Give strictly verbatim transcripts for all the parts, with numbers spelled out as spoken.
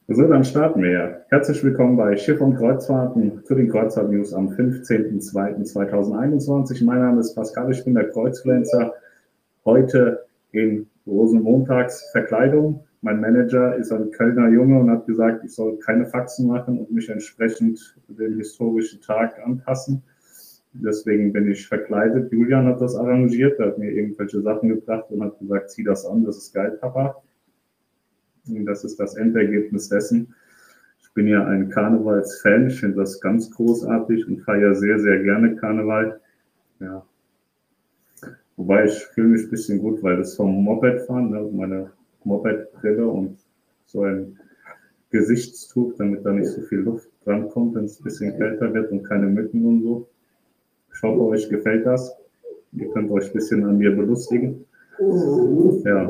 So, dann starten wir. Herzlich willkommen bei Schiff und Kreuzfahrten zu den Kreuzfahrt-News am fünfzehnten zweiten zweitausendeinundzwanzig. Mein Name ist Pascal, ich bin der Kreuzfluencer. Heute in Rosenmontagsverkleidung. Mein Manager ist ein Kölner Junge und hat gesagt, ich soll keine Faxen machen und mich entsprechend dem historischen Tag anpassen. Deswegen bin ich verkleidet. Julian hat das arrangiert, er hat mir irgendwelche Sachen gebracht und hat gesagt, zieh das an, das ist geil, Papa. Und das ist das Endergebnis dessen. Ich bin ja ein Karnevalsfan, ich finde das ganz großartig und feiere sehr, sehr gerne Karneval. Ja. Wobei ich fühle mich ein bisschen gut, weil das vom Mopedfahren, ne, meine Mopedbrille und so ein Gesichtstuch, damit da nicht so viel Luft drankommt, wenn es ein bisschen kälter wird und keine Mücken und so. Ich hoffe, euch gefällt das. Ihr könnt euch ein bisschen an mir belustigen. Ja.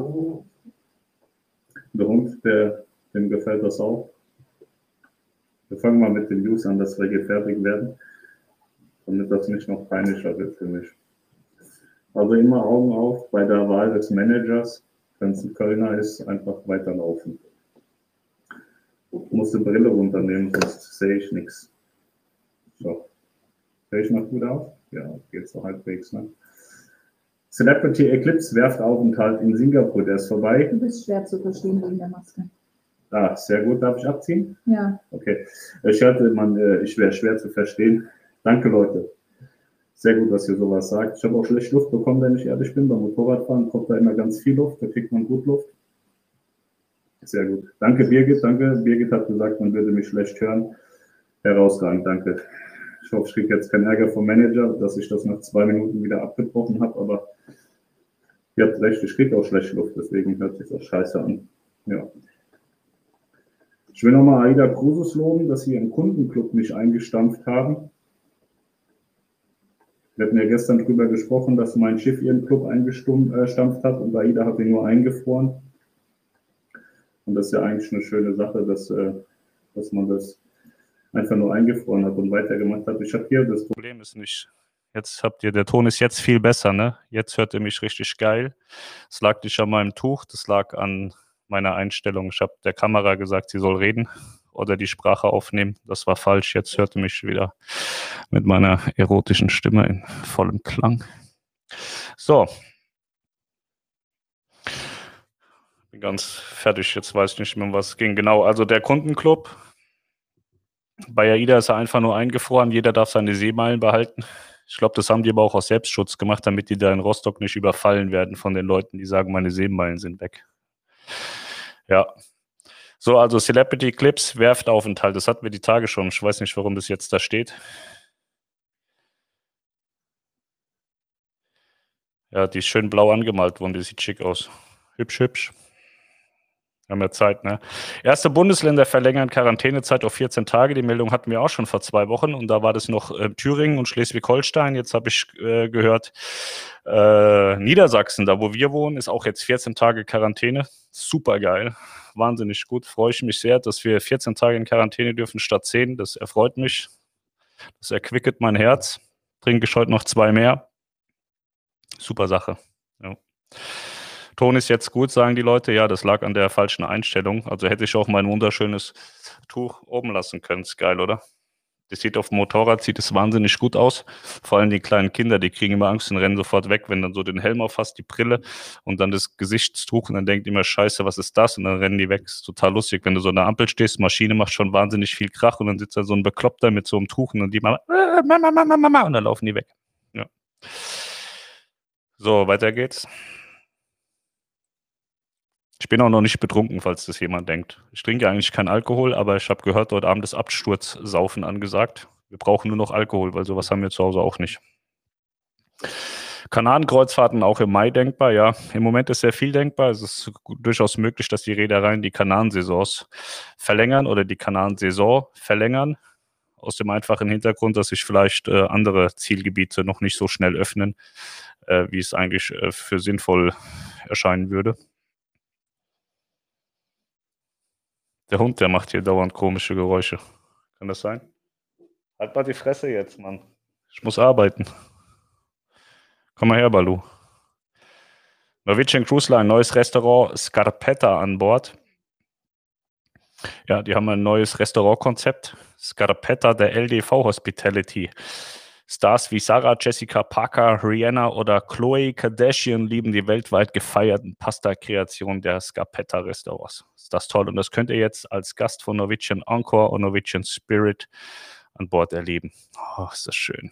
Der Hund, der, dem gefällt das auch. Wir fangen mal mit den News an, dass wir hier fertig werden, damit das nicht noch peinlicher wird für mich. Also immer Augen auf bei der Wahl des Managers. Wenn es ein Kölner ist, einfach weiterlaufen. Ich muss die Brille runternehmen, sonst sehe ich nichts. So. Sehe ich noch gut aus? Ja, geht so halbwegs, ne? Celebrity Eclipse Werftaufenthalt in Singapur, der ist vorbei. Du bist schwer zu verstehen wegen der Maske. Ah, sehr gut. Darf ich abziehen? Ja. Okay. Ich hörte, man, ich wäre schwer zu verstehen. Danke, Leute. Sehr gut, dass ihr sowas sagt. Ich habe auch schlecht Luft bekommen, wenn ich ehrlich bin. Beim Motorradfahren kommt da immer ganz viel Luft. Da kriegt man gut Luft. Sehr gut. Danke, Birgit. Danke. Birgit hat gesagt, man würde mich schlecht hören. Herausragend. Danke. Ich hoffe, ich kriege jetzt keinen Ärger vom Manager, dass ich das nach zwei Minuten wieder abgebrochen habe, aber ihr habt recht, ich kriege auch schlechte Luft, deswegen hört sich das scheiße an. Ja. Ich will nochmal Aida Cruises loben, dass sie ihren Kundenclub nicht eingestampft haben. Wir hatten ja gestern drüber gesprochen, dass mein Schiff ihren Club eingestampft hat und Aida hat ihn nur eingefroren. Und das ist ja eigentlich eine schöne Sache, dass, dass man das einfach nur eingefroren hat und weitergemacht hat. Ich habe hier das Problem ist nicht. Jetzt habt ihr, der Ton ist jetzt viel besser, ne? Jetzt hört ihr mich richtig geil. Es lag nicht an meinem Tuch, das lag an meiner Einstellung. Ich habe der Kamera gesagt, sie soll reden oder die Sprache aufnehmen. Das war falsch. Jetzt hört ihr mich wieder mit meiner erotischen Stimme in vollem Klang. So. Bin ganz fertig. Jetzt weiß ich nicht mehr, um was es ging. Genau, also der Kundenclub. Bei AIDA ist er einfach nur eingefroren, jeder darf seine Seemeilen behalten. Ich glaube, das haben die aber auch aus Selbstschutz gemacht, damit die da in Rostock nicht überfallen werden von den Leuten, die sagen, meine Seemeilen sind weg. Ja. So, also Celebrity Eclipse, Werftaufenthalt, das hatten wir die Tage schon. Ich weiß nicht, warum das jetzt da steht. Ja, die ist schön blau angemalt worden, die sieht schick aus. Hübsch, hübsch. Haben ja Zeit, ne? Erste Bundesländer verlängern Quarantänezeit auf vierzehn Tage. Die Meldung hatten wir auch schon vor zwei Wochen und da war das noch äh, Thüringen und Schleswig-Holstein. Jetzt habe ich äh, gehört, äh, Niedersachsen, da wo wir wohnen, ist auch jetzt vierzehn Tage Quarantäne. Super geil, wahnsinnig gut. Freue ich mich sehr, dass wir vierzehn Tage in Quarantäne dürfen statt zehn. Das erfreut mich. Das erquicket mein Herz. Trinke ich heute noch zwei mehr. Super Sache. Ja. Ton ist jetzt gut, sagen die Leute. Ja, das lag an der falschen Einstellung. Also hätte ich auch mein wunderschönes Tuch oben lassen können. Ist geil, oder? Das sieht auf dem Motorrad, sieht es wahnsinnig gut aus. Vor allem die kleinen Kinder, die kriegen immer Angst und rennen sofort weg, wenn dann so den Helm auffasst, die Brille und dann das Gesichtstuch und dann denkt immer, scheiße, was ist das? Und dann rennen die weg. Das ist total lustig, wenn du so an der Ampel stehst, Maschine macht schon wahnsinnig viel Krach und dann sitzt da so ein Bekloppter mit so einem Tuch und dann die Mama, äh, Mama, Mama, Mama und dann laufen die weg. Ja. So, weiter geht's. Ich bin auch noch nicht betrunken, falls das jemand denkt. Ich trinke eigentlich keinen Alkohol, aber ich habe gehört, heute Abend ist Absturzsaufen angesagt. Wir brauchen nur noch Alkohol, weil sowas haben wir zu Hause auch nicht. Kanarenkreuzfahrten auch im Mai denkbar, ja. Im Moment ist sehr viel denkbar. Es ist durchaus möglich, dass die Reedereien die Kanarensaisons verlängern oder die Kanarensaison verlängern. Aus dem einfachen Hintergrund, dass sich vielleicht äh, andere Zielgebiete noch nicht so schnell öffnen, äh, wie es eigentlich äh, für sinnvoll erscheinen würde. Der Hund, der macht hier dauernd komische Geräusche. Kann das sein? Halt mal die Fresse jetzt, Mann. Ich muss arbeiten. Komm mal her, Balu. Norwegian Cruise Line, neues Restaurant Scarpetta an Bord. Ja, die haben ein neues Restaurantkonzept. Scarpetta der L D V Hospitality. Stars wie Sarah Jessica Parker, Rihanna oder Khloe Kardashian lieben die weltweit gefeierten Pasta-Kreationen der Scarpetta-Restaurants. Ist das toll? Und das könnt ihr jetzt als Gast von Norwegian Encore und Norwegian Spirit an Bord erleben. Oh, ist das schön.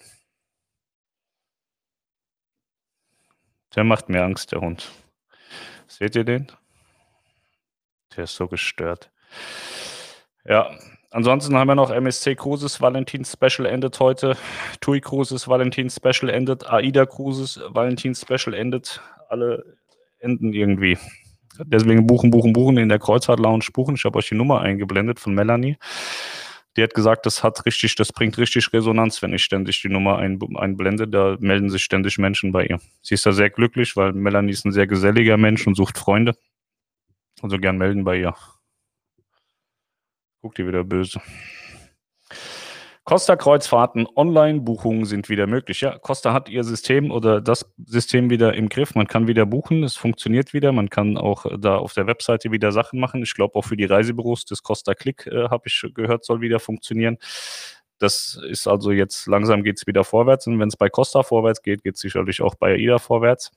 Der macht mir Angst, der Hund. Seht ihr den? Der ist so gestört. Ja, ansonsten haben wir noch M S C Cruises, Valentin Special endet heute. TUI Cruises, Valentin Special endet. AIDA Cruises, Valentin Special endet. Alle enden irgendwie. Deswegen buchen, buchen, buchen in der Kreuzfahrt Lounge buchen. Ich habe euch die Nummer eingeblendet von Melanie. Die hat gesagt, das hat richtig, das bringt richtig Resonanz, wenn ich ständig die Nummer ein, einblende. Da melden sich ständig Menschen bei ihr. Sie ist da sehr glücklich, weil Melanie ist ein sehr geselliger Mensch und sucht Freunde. Also gern melden bei ihr. Guckt ihr wieder böse. Costa Kreuzfahrten, Online-Buchungen sind wieder möglich. Ja, Costa hat ihr System oder das System wieder im Griff. Man kann wieder buchen, es funktioniert wieder. Man kann auch da auf der Webseite wieder Sachen machen. Ich glaube auch für die Reisebüros, das Costa Click, äh, habe ich gehört, soll wieder funktionieren. Das ist also jetzt, langsam geht es wieder vorwärts. Und wenn es bei Costa vorwärts geht, geht es sicherlich auch bei AIDA vorwärts.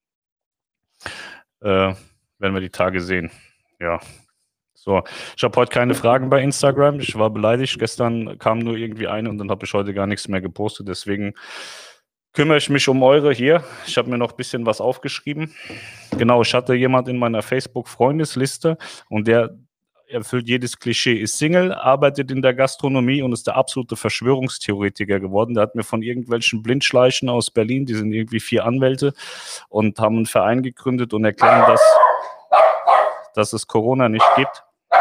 Äh, werden wir die Tage sehen. Ja. So, ich habe heute keine Fragen bei Instagram. Ich war beleidigt. Gestern kam nur irgendwie eine und dann habe ich heute gar nichts mehr gepostet. Deswegen kümmere ich mich um eure hier. Ich habe mir noch ein bisschen was aufgeschrieben. Genau, ich hatte jemand in meiner Facebook-Freundesliste und der erfüllt jedes Klischee, ist Single, arbeitet in der Gastronomie und ist der absolute Verschwörungstheoretiker geworden. Der hat mir von irgendwelchen Blindschleichen aus Berlin, die sind irgendwie vier Anwälte und haben einen Verein gegründet und erklären, dass, dass es Corona nicht gibt.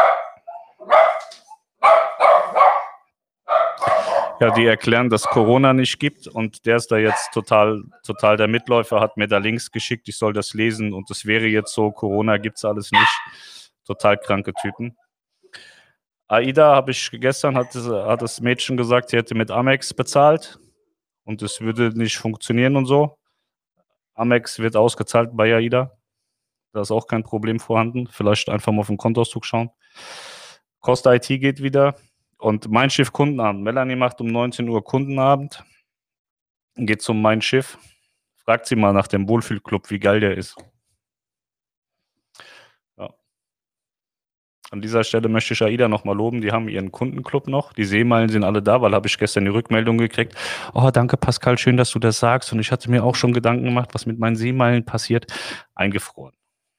Ja, die erklären, dass Corona nicht gibt und der ist da jetzt total, total der Mitläufer, hat mir da Links geschickt, ich soll das lesen und es wäre jetzt so, Corona gibt es alles nicht. Total kranke Typen. AIDA habe ich gestern, hat, hat das Mädchen gesagt, sie hätte mit Amex bezahlt und es würde nicht funktionieren und so. Amex wird ausgezahlt bei AIDA. Da ist auch kein Problem vorhanden. Vielleicht einfach mal auf den Kontoauszug schauen. Costa I T geht wieder. Und Mein Schiff Kundenabend. Melanie macht um neunzehn Uhr Kundenabend. Geht zum Mein Schiff. Fragt sie mal nach dem Wohlfühlclub, wie geil der ist. Ja. An dieser Stelle möchte ich AIDA nochmal loben. Die haben ihren Kundenclub noch. Die Seemeilen sind alle da, weil habe ich gestern die Rückmeldung gekriegt. Oh, danke Pascal, schön, dass du das sagst. Und ich hatte mir auch schon Gedanken gemacht, was mit meinen Seemeilen passiert. Eingefroren.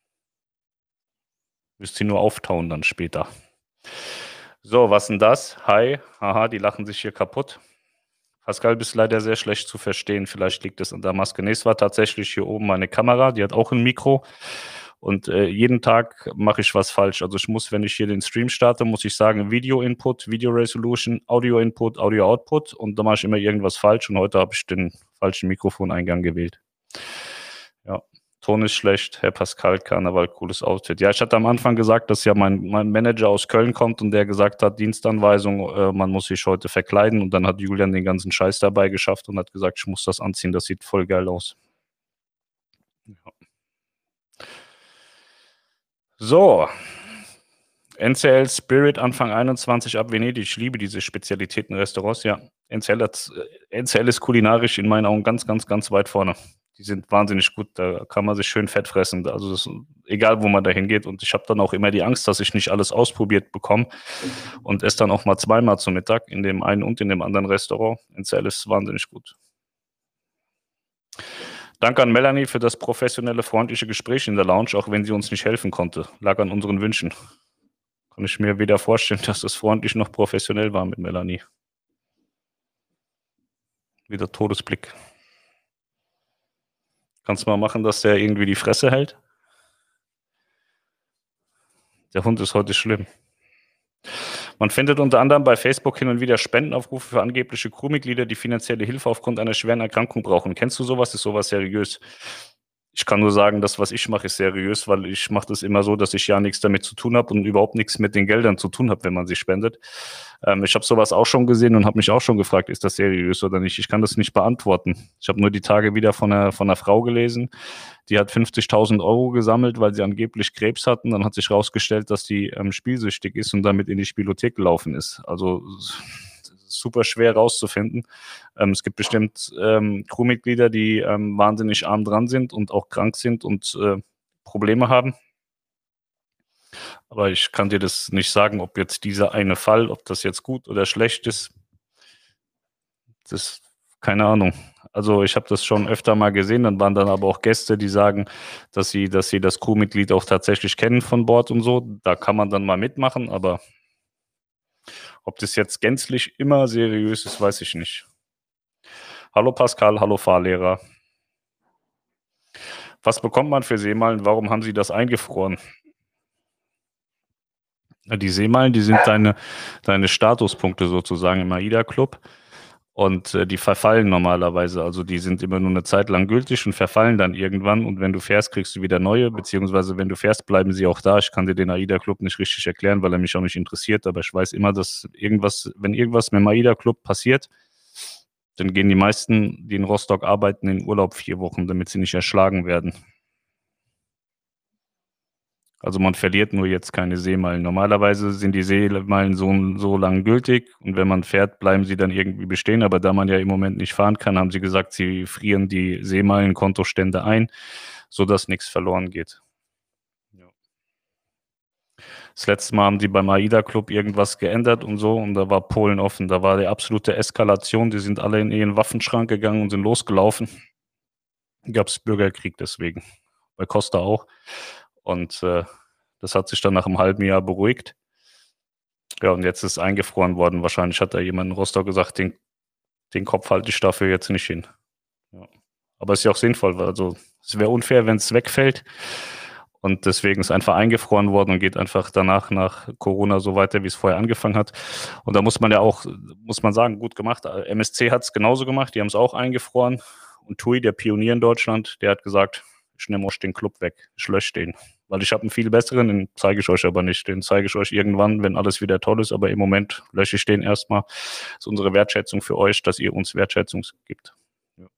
Müsst sie nur auftauen dann später. So, was denn das? Hi, haha, die lachen sich hier kaputt. Pascal, bist leider sehr schlecht zu verstehen. Vielleicht liegt es an der Maske. Nee, es war tatsächlich hier oben meine Kamera. Die hat auch ein Mikro. Und äh, jeden Tag mache ich was falsch. Also ich muss, wenn ich hier den Stream starte, muss ich sagen Video-Input, Video-Resolution, Audio-Input, Audio-Output. Und da mache ich immer irgendwas falsch. Und heute habe ich den falschen Mikrofoneingang gewählt. Ja. Ton ist schlecht, Herr Pascal, Karneval, cooles Outfit. Ja, ich hatte am Anfang gesagt, dass ja mein, mein Manager aus Köln kommt und der gesagt hat, Dienstanweisung, äh, man muss sich heute verkleiden. Und dann hat Julian den ganzen Scheiß dabei geschafft und hat gesagt, ich muss das anziehen, das sieht voll geil aus. Ja. So, N C L Spirit Anfang einundzwanzig ab Venedig. Ich liebe diese Spezialitäten-Restaurants. Ja, N C L, hat, N C L ist kulinarisch in meinen Augen ganz, ganz, ganz weit vorne. Die sind wahnsinnig gut, da kann man sich schön fett fressen. Also das, egal, wo man da hingeht. Und ich habe dann auch immer die Angst, dass ich nicht alles ausprobiert bekomme und esse dann auch mal zweimal zum Mittag in dem einen und in dem anderen Restaurant. N C L ist wahnsinnig gut. Danke an Melanie für das professionelle, freundliche Gespräch in der Lounge, auch wenn sie uns nicht helfen konnte. Lag an unseren Wünschen. Kann ich mir weder vorstellen, dass es freundlich noch professionell war mit Melanie. Wieder Todesblick. Kannst du mal machen, dass der irgendwie die Fresse hält? Der Hund ist heute schlimm. Man findet unter anderem bei Facebook hin und wieder Spendenaufrufe für angebliche Crewmitglieder, die finanzielle Hilfe aufgrund einer schweren Erkrankung brauchen. Kennst du sowas? Ist sowas seriös? Ich kann nur sagen, das, was ich mache, ist seriös, weil ich mache das immer so, dass ich ja nichts damit zu tun habe und überhaupt nichts mit den Geldern zu tun habe, wenn man sie spendet. Ähm, ich habe sowas auch schon gesehen und habe mich auch schon gefragt, ist das seriös oder nicht? Ich kann das nicht beantworten. Ich habe nur die Tage wieder von einer, von einer Frau gelesen, die hat fünfzigtausend Euro gesammelt, weil sie angeblich Krebs hatten. Dann hat sich herausgestellt, dass die ähm, spielsüchtig ist und damit in die Spielothek gelaufen ist. Also super schwer rauszufinden. Ähm, es gibt bestimmt ähm, Crewmitglieder, die ähm, wahnsinnig arm dran sind und auch krank sind und äh, Probleme haben. Aber ich kann dir das nicht sagen, ob jetzt dieser eine Fall, ob das jetzt gut oder schlecht ist. Das ist keine Ahnung. Also ich habe das schon öfter mal gesehen, dann waren dann aber auch Gäste, die sagen, dass sie, dass sie das Crewmitglied auch tatsächlich kennen von Bord und so. Da kann man dann mal mitmachen, aber ob das jetzt gänzlich immer seriös ist, weiß ich nicht. Hallo Pascal, hallo Fahrlehrer. Was bekommt man für Seemeilen? Warum haben Sie das eingefroren? Die Seemeilen, die sind deine, deine Statuspunkte sozusagen im AIDA-Club und äh, die verfallen normalerweise. Also die sind immer nur eine Zeit lang gültig und verfallen dann irgendwann und wenn du fährst, kriegst du wieder neue, beziehungsweise wenn du fährst, bleiben sie auch da. Ich kann dir den AIDA-Club nicht richtig erklären, weil er mich auch nicht interessiert, aber ich weiß immer, dass irgendwas, wenn irgendwas mit dem AIDA-Club passiert, dann gehen die meisten, die in Rostock arbeiten, in Urlaub vier Wochen, damit sie nicht erschlagen werden. Also man verliert nur jetzt keine Seemeilen. Normalerweise sind die Seemeilen so, so lang gültig und wenn man fährt, bleiben sie dann irgendwie bestehen. Aber da man ja im Moment nicht fahren kann, haben sie gesagt, sie frieren die Seemeilen-Kontostände ein, sodass nichts verloren geht. Ja. Das letzte Mal haben die beim AIDA-Club irgendwas geändert und so und da war Polen offen. Da war die absolute Eskalation. Die sind alle in ihren Waffenschrank gegangen und sind losgelaufen. Gab es Bürgerkrieg deswegen. Bei Costa auch. Und äh, das hat sich dann nach einem halben Jahr beruhigt. Ja, und jetzt ist es eingefroren worden. Wahrscheinlich hat da jemand in Rostock gesagt, den, den Kopf halte ich dafür jetzt nicht hin. Ja. Aber es ist ja auch sinnvoll, weil also es wäre unfair, wenn es wegfällt. Und deswegen ist einfach eingefroren worden und geht einfach danach nach Corona so weiter, wie es vorher angefangen hat. Und da muss man ja auch, muss man sagen, gut gemacht. M S C hat es genauso gemacht, die haben es auch eingefroren. Und Tui, der Pionier in Deutschland, der hat gesagt, ich nehme euch den Club weg, ich lösche den. Weil ich habe einen viel besseren, den zeige ich euch aber nicht. Den zeige ich euch irgendwann, wenn alles wieder toll ist. Aber im Moment lösche ich den erstmal. Das ist unsere Wertschätzung für euch, dass ihr uns Wertschätzung gibt. Ja.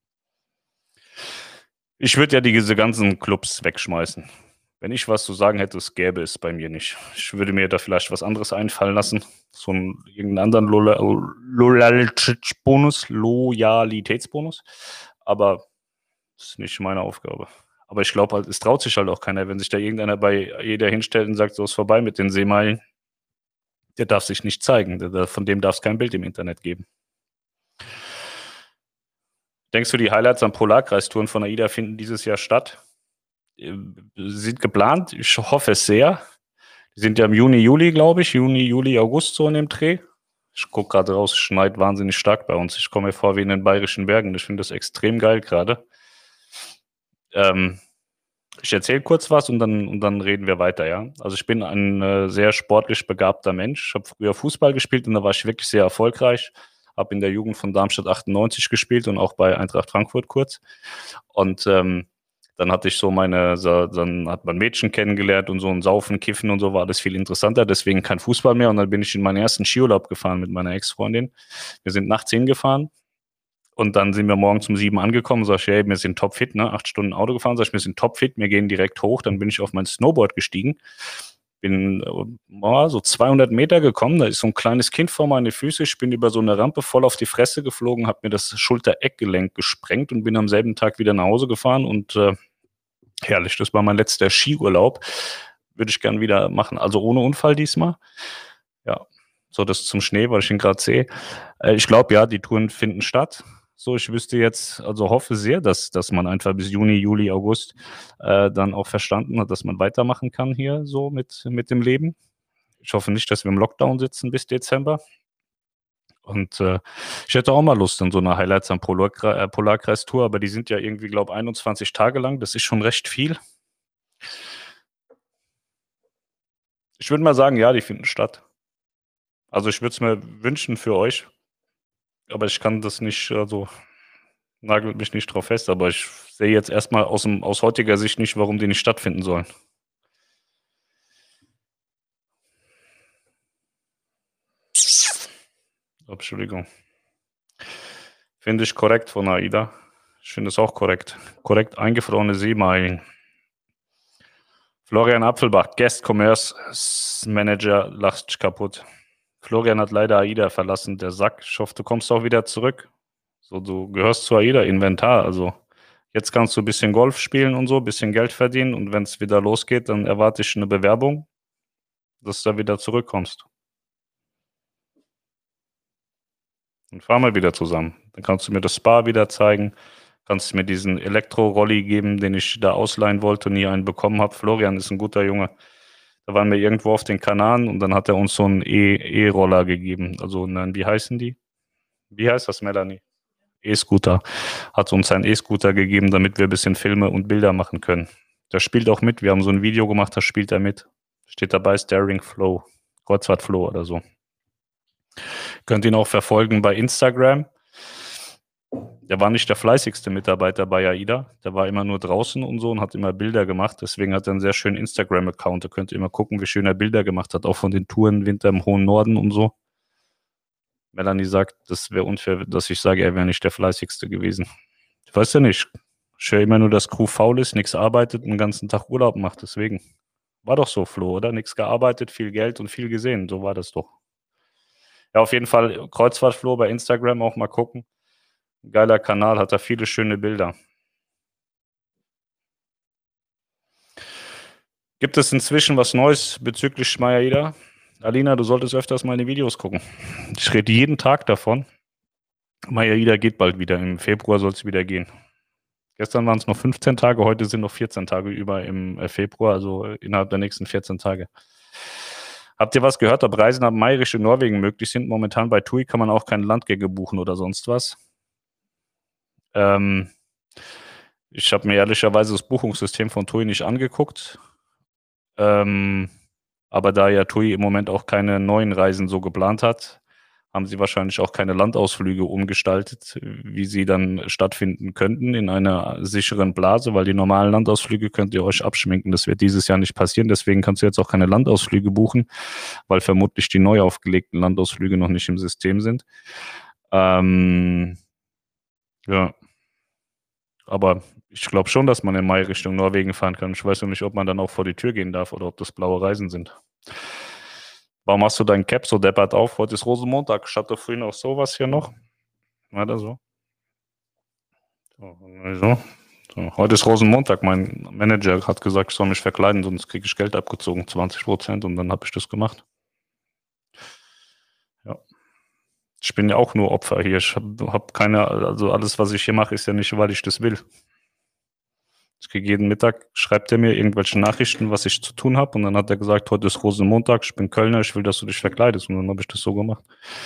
Ich würde ja diese ganzen Clubs wegschmeißen. Wenn ich was zu sagen hätte, es gäbe es bei mir nicht. Ich würde mir da vielleicht was anderes einfallen lassen. So einen irgendeinen anderen Loyalitätsbonus, Loyalitätsbonus. Aber das ist nicht meine Aufgabe. Aber ich glaube halt, es traut sich halt auch keiner, wenn sich da irgendeiner bei jeder hinstellt und sagt, so ist vorbei mit den Seemeilen. Der darf sich nicht zeigen. Der, von dem darf es kein Bild im Internet geben. Denkst du, die Highlights am Polarkreistouren von AIDA finden dieses Jahr statt? Sind geplant. Ich hoffe es sehr. Die sind ja im Juni, Juli, glaube ich. Juni, Juli, August so in dem Dreh. Ich gucke gerade raus, es schneit wahnsinnig stark bei uns. Ich komme mir vor wie in den Bayerischen Bergen. Ich finde das extrem geil gerade. Ähm, ich erzähle kurz was und dann, und dann reden wir weiter, ja. Also ich bin ein äh, sehr sportlich begabter Mensch. Ich habe früher Fußball gespielt und da war ich wirklich sehr erfolgreich. Habe in der Jugend von Darmstadt achtundneunzig gespielt und auch bei Eintracht Frankfurt kurz. Und ähm, dann hatte ich so meine, so, dann hat man Mädchen kennengelernt und so ein Saufen, Kiffen und so war alles viel interessanter. Deswegen kein Fußball mehr. Und dann bin ich in meinen ersten Skiurlaub gefahren mit meiner Ex-Freundin. Wir sind nachts hingefahren. Und dann sind wir morgens um sieben angekommen, sag ich, hey, wir sind topfit, ne? Acht Stunden Auto gefahren, sag ich, wir sind topfit, wir gehen direkt hoch. Dann bin ich auf mein Snowboard gestiegen, bin oh, so zweihundert Meter gekommen, da ist so ein kleines Kind vor meine Füße, ich bin über so eine Rampe voll auf die Fresse geflogen, habe mir das Schulter-Eckgelenk gesprengt und bin am selben Tag wieder nach Hause gefahren und äh, herrlich, das war mein letzter Skiurlaub, würde ich gern wieder machen, also ohne Unfall diesmal, ja. So, das zum Schnee, weil ich ihn gerade sehe. Äh, ich glaube, ja, die Touren finden statt. So, ich wüsste jetzt, also hoffe sehr, dass, dass man einfach bis Juni, Juli, August äh, dann auch verstanden hat, dass man weitermachen kann hier so mit, mit dem Leben. Ich hoffe nicht, dass wir im Lockdown sitzen bis Dezember. Und äh, ich hätte auch mal Lust an so einer Highlights am Polarkre- äh, Polarkreis-Tour, aber die sind ja irgendwie, glaube ich, einundzwanzig Tage lang. Das ist schon recht viel. Ich würde mal sagen, ja, die finden statt. Also ich würde es mir wünschen für euch, aber ich kann das nicht, also Nagelt mich nicht drauf fest, aber ich sehe jetzt erstmal aus, dem, aus heutiger Sicht nicht, warum die nicht stattfinden sollen. Oh, Entschuldigung. Finde ich korrekt von AIDA. Ich finde es auch korrekt. Korrekt eingefrorene Seemeilen. Florian Apfelbach, Guest Commerce Manager, lacht sich kaputt. Florian hat leider AIDA verlassen, der Sack. Ich hoffe, du kommst auch wieder zurück. So, du gehörst zu AIDA Inventar. Also jetzt kannst du ein bisschen Golf spielen und so, ein bisschen Geld verdienen. Und wenn es wieder losgeht, dann erwarte ich eine Bewerbung, dass du da wieder zurückkommst. Und fahren wir wieder zusammen. Dann kannst du mir das Spa wieder zeigen. Kannst du mir diesen Elektro-Rolli geben, den ich da ausleihen wollte und nie einen bekommen habe. Florian ist ein guter Junge. Da waren wir irgendwo auf den Kanaren und dann hat er uns so einen E- E-Roller gegeben. Also, nein, wie heißen die? Wie heißt das, Melanie? E-Scooter. Hat uns einen E-Scooter gegeben, damit wir ein bisschen Filme und Bilder machen können. Der spielt auch mit. Wir haben so ein Video gemacht, da spielt er mit. Steht dabei Staring Flow. Kreuzfahrt Flow oder so. Könnt ihn auch verfolgen bei Instagram. Der war nicht der fleißigste Mitarbeiter bei AIDA. Der war immer nur draußen und so und hat immer Bilder gemacht. Deswegen hat er einen sehr schönen Instagram-Account. Da könnt ihr immer gucken, wie schön er Bilder gemacht hat. Auch von den Touren Winter im hohen Norden und so. Melanie sagt, das wäre unfair, dass ich sage, er wäre nicht der fleißigste gewesen. Ich weiß ja nicht. Ich höre immer nur, dass Crew faul ist, nichts arbeitet und den ganzen Tag Urlaub macht. Deswegen war doch so, Flo, oder? Nichts gearbeitet, viel Geld und viel gesehen. So war das doch. Ja, auf jeden Fall Kreuzfahrt-Flo bei Instagram auch mal gucken. Geiler Kanal, hat da viele schöne Bilder. Gibt es inzwischen was Neues bezüglich Schmeier-Ida? Alina, du solltest öfters meine Videos gucken. Ich rede jeden Tag davon. Maya-Ida geht bald wieder. Im Februar soll es wieder gehen. Gestern waren es noch fünfzehn Tage, heute sind noch vierzehn Tage über im Februar, also innerhalb der nächsten vierzehn Tage. Habt ihr was gehört, ob Reisen ab Mayrisch in Norwegen möglich sind? Momentan bei TUI kann man auch keine Landgänge buchen oder sonst was. Ähm, ich habe mir ehrlicherweise das Buchungssystem von TUI nicht angeguckt. Ähm, aber da ja TUI im Moment auch keine neuen Reisen so geplant hat, haben sie wahrscheinlich auch keine Landausflüge umgestaltet, wie sie dann stattfinden könnten in einer sicheren Blase, weil die normalen Landausflüge könnt ihr euch abschminken. Das wird dieses Jahr nicht passieren. Deswegen kannst du jetzt auch keine Landausflüge buchen, weil vermutlich die neu aufgelegten Landausflüge noch nicht im System sind. Ähm, ja. Aber ich glaube schon, dass man im Mai Richtung Norwegen fahren kann. Ich weiß noch nicht, ob man dann auch vor die Tür gehen darf oder ob das blaue Reisen sind. Warum hast du dein Cap so deppert auf? Heute ist Rosenmontag. Ich hatte vorhin auch sowas hier noch. Oder so. So, so. So. Heute ist Rosenmontag. Mein Manager hat gesagt, ich soll mich verkleiden, sonst kriege ich Geld abgezogen, zwanzig Prozent. Und dann habe ich das gemacht. Ja. Ich bin ja auch nur Opfer hier. Ich habe hab keine, also alles, was ich hier mache, ist ja nicht, weil ich das will. Ich kriege jeden Mittag, schreibt er mir irgendwelche Nachrichten, was ich zu tun habe. Und dann hat er gesagt, heute ist Rosenmontag, ich bin Kölner, ich will, dass du dich verkleidest. Und dann habe ich das so gemacht.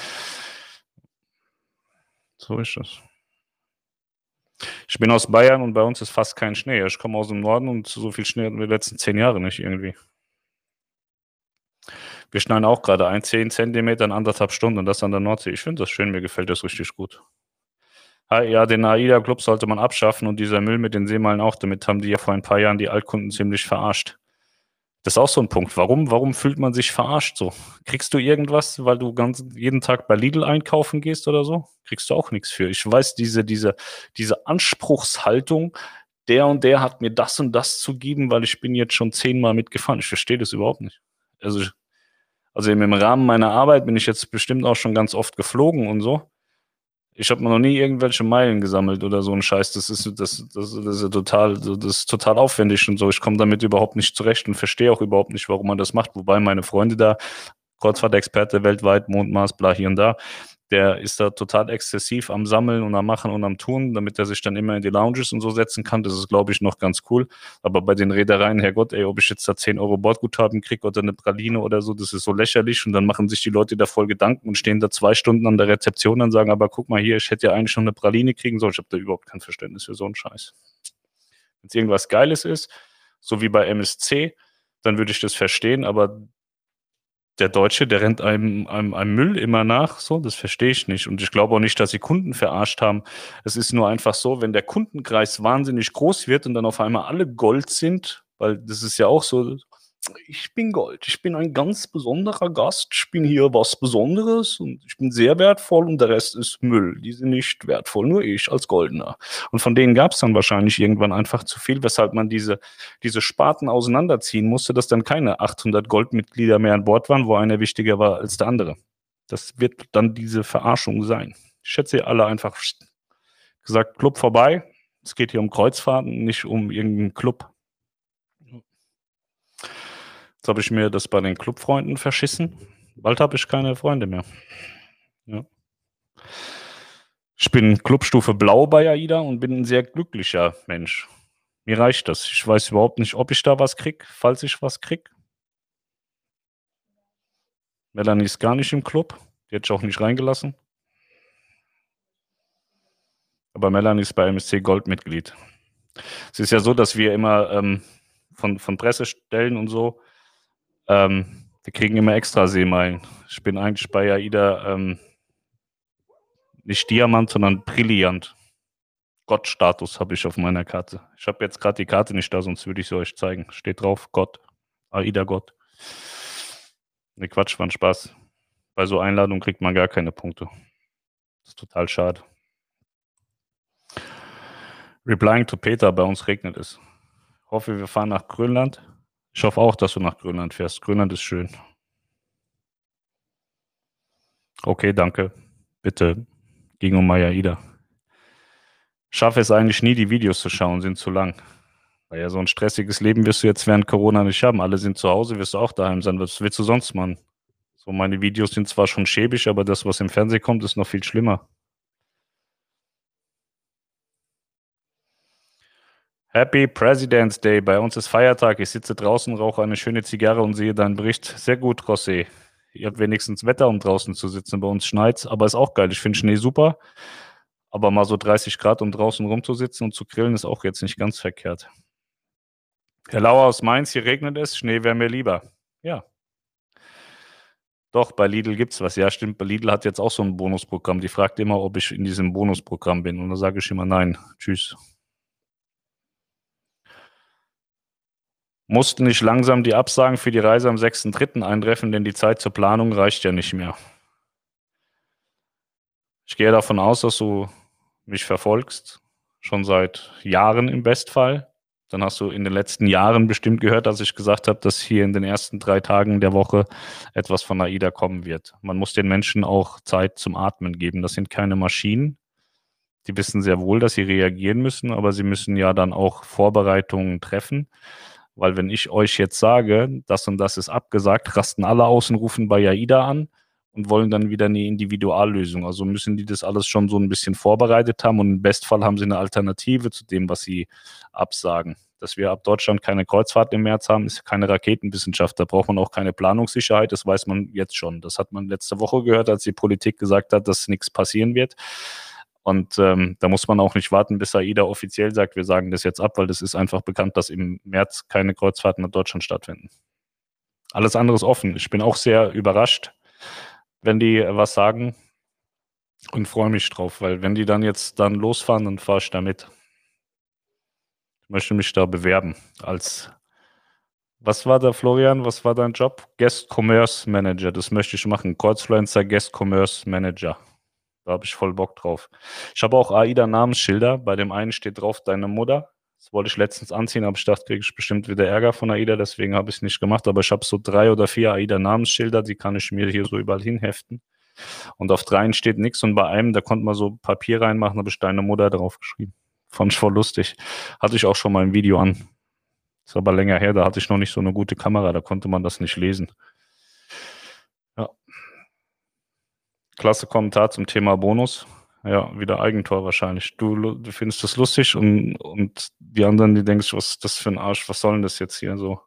So ist das. Ich bin aus Bayern und bei uns ist fast kein Schnee. Ich komme aus dem Norden und so viel Schnee hatten wir die letzten zehn Jahre nicht irgendwie. Wir schneien auch gerade ein, zehn Zentimeter in anderthalb Stunden und das an der Nordsee. Ich finde das schön, mir gefällt das richtig gut. Ja, den AIDA-Club sollte man abschaffen und dieser Müll mit den Seemeilen auch. Damit haben die ja vor ein paar Jahren die Altkunden ziemlich verarscht. Das ist auch so ein Punkt. Warum, warum fühlt man sich verarscht so? Kriegst du irgendwas, weil du ganz, jeden Tag bei Lidl einkaufen gehst oder so? Kriegst du auch nichts für. Ich weiß, diese, diese, diese Anspruchshaltung, der und der hat mir das und das zu geben, weil ich bin jetzt schon zehnmal mitgefahren. Ich verstehe das überhaupt nicht. Also, ich, also im Rahmen meiner Arbeit bin ich jetzt bestimmt auch schon ganz oft geflogen und so. Ich habe noch nie irgendwelche Meilen gesammelt oder so ein Scheiß. Das ist, das, das, das ist ja total, das ist total aufwendig und so. Ich komme damit überhaupt nicht zurecht und verstehe auch überhaupt nicht, warum man das macht. Wobei meine Freunde da, Kreuzfahrtexperte weltweit, Mond, Mars, bla, hier und da, der ist da total exzessiv am Sammeln und am Machen und am Tun, damit er sich dann immer in die Lounges und so setzen kann. Das ist, glaube ich, noch ganz cool. Aber bei den Reedereien, Herrgott, ey, ob ich jetzt da zehn Euro Bordguthaben kriege oder eine Praline oder so, das ist so lächerlich. Und dann machen sich die Leute da voll Gedanken und stehen da zwei Stunden an der Rezeption und sagen, aber guck mal hier, ich hätte ja eigentlich schon eine Praline kriegen sollen. Ich habe da überhaupt kein Verständnis für so einen Scheiß. Wenn es irgendwas Geiles ist, so wie bei M S C, dann würde ich das verstehen, aber der Deutsche, der rennt einem, einem, einem Müll immer nach, so, das verstehe ich nicht. Und ich glaube auch nicht, dass sie Kunden verarscht haben. Es ist nur einfach so, wenn der Kundenkreis wahnsinnig groß wird und dann auf einmal alle Gold sind, weil das ist ja auch so, ich bin Gold, ich bin ein ganz besonderer Gast, ich bin hier was Besonderes und ich bin sehr wertvoll und der Rest ist Müll. Die sind nicht wertvoll, nur ich als Goldener. Und von denen gab es dann wahrscheinlich irgendwann einfach zu viel, weshalb man diese, diese Sparten auseinanderziehen musste, dass dann keine achthundert Goldmitglieder mehr an Bord waren, wo einer wichtiger war als der andere. Das wird dann diese Verarschung sein. Ich schätze, ihr alle einfach gesagt, Club vorbei. Es geht hier um Kreuzfahrten, nicht um irgendeinen Club. Jetzt habe ich mir das bei den Clubfreunden verschissen. Bald habe ich keine Freunde mehr. Ja. Ich bin Clubstufe Blau bei AIDA und bin ein sehr glücklicher Mensch. Mir reicht das. Ich weiß überhaupt nicht, ob ich da was kriege, falls ich was kriege. Melanie ist gar nicht im Club. Die hätte ich auch nicht reingelassen. Aber Melanie ist bei M S C Goldmitglied. Es ist ja so, dass wir immer ähm, von, von Pressestellen und so, ähm, wir kriegen immer extra Seemeilen. Ich bin eigentlich bei AIDA ähm, nicht Diamant, sondern Brillant. Gott-Status habe ich auf meiner Karte. Ich habe jetzt gerade die Karte nicht da, sonst würde ich sie euch zeigen. Steht drauf, Gott. AIDA Gott. Ne, Quatsch, war ein Spaß. Bei so Einladungen kriegt man gar keine Punkte. Das ist total schade. Replying to Peter, bei uns regnet es. Ich hoffe, wir fahren nach Grönland. Ich hoffe auch, dass du nach Grönland fährst. Grönland ist schön. Okay, danke. Bitte. Ging um AIDA. Schaffe es eigentlich nie, die Videos zu schauen, sind zu lang. Weil ja so ein stressiges Leben wirst du jetzt während Corona nicht haben. Alle sind zu Hause, wirst du auch daheim sein. Was willst du sonst machen? So, meine Videos sind zwar schon schäbig, aber das, was im Fernsehen kommt, ist noch viel schlimmer. Happy President's Day. Bei uns ist Feiertag. Ich sitze draußen, rauche eine schöne Zigarre und sehe deinen Bericht. Sehr gut, José. Ihr habt wenigstens Wetter, um draußen zu sitzen. Bei uns schneit's, aber ist auch geil. Ich finde Schnee super. Aber mal so dreißig Grad, um draußen rumzusitzen und zu grillen, ist auch jetzt nicht ganz verkehrt. Herr Lauer aus Mainz, hier regnet es. Schnee wäre mir lieber. Ja. Doch, bei Lidl gibt's was. Ja, stimmt. Bei Lidl hat jetzt auch so ein Bonusprogramm. Die fragt immer, ob ich in diesem Bonusprogramm bin. Und da sage ich immer nein. Tschüss. Mussten nicht langsam die Absagen für die Reise am sechsten dritten eintreffen, denn die Zeit zur Planung reicht ja nicht mehr. Ich gehe davon aus, dass du mich verfolgst, schon seit Jahren im Bestfall. Dann hast du in den letzten Jahren bestimmt gehört, dass ich gesagt habe, dass hier in den ersten drei Tagen der Woche etwas von AIDA kommen wird. Man muss den Menschen auch Zeit zum Atmen geben. Das sind keine Maschinen. Die wissen sehr wohl, dass sie reagieren müssen, aber sie müssen ja dann auch Vorbereitungen treffen. Weil wenn ich euch jetzt sage, das und das ist abgesagt, rasten alle aus und rufen bei AIDA an und wollen dann wieder eine Individuallösung. Also müssen die das alles schon so ein bisschen vorbereitet haben und im Bestfall haben sie eine Alternative zu dem, was sie absagen. Dass wir ab Deutschland keine Kreuzfahrt im März haben, ist keine Raketenwissenschaft. Da braucht man auch keine Planungssicherheit, das weiß man jetzt schon. Das hat man letzte Woche gehört, als die Politik gesagt hat, dass nichts passieren wird. Und ähm, da muss man auch nicht warten, bis AIDA offiziell sagt, wir sagen das jetzt ab, weil das ist einfach bekannt, dass im März keine Kreuzfahrten nach Deutschland stattfinden. Alles andere ist offen. Ich bin auch sehr überrascht, wenn die was sagen und freue mich drauf, weil wenn die dann jetzt dann losfahren, dann fahre ich da mit. Ich möchte mich da bewerben als, was war da, Florian, was war dein Job? Guest Commerce Manager, das möchte ich machen. Kreuzfluencer Guest Commerce Manager. Da habe ich voll Bock drauf. Ich habe auch AIDA-Namensschilder. Bei dem einen steht drauf, deine Mutter. Das wollte ich letztens anziehen, aber ich dachte, kriege ich bestimmt wieder Ärger von AIDA, deswegen habe ich es nicht gemacht. Aber ich habe so drei oder vier AIDA-Namensschilder, die kann ich mir hier so überall hinheften. Und auf dreien steht nichts und bei einem, da konnte man so Papier reinmachen, habe ich deine Mutter drauf geschrieben. Fand ich voll lustig. Hatte ich auch schon mal ein Video an. Ist aber länger her, da hatte ich noch nicht so eine gute Kamera, da konnte man das nicht lesen. Ja. Klasse Kommentar zum Thema Bonus. Ja, wieder Eigentor wahrscheinlich. Du, du findest das lustig und, und die anderen, die denkst, was ist das für ein Arsch, was soll denn das jetzt hier so?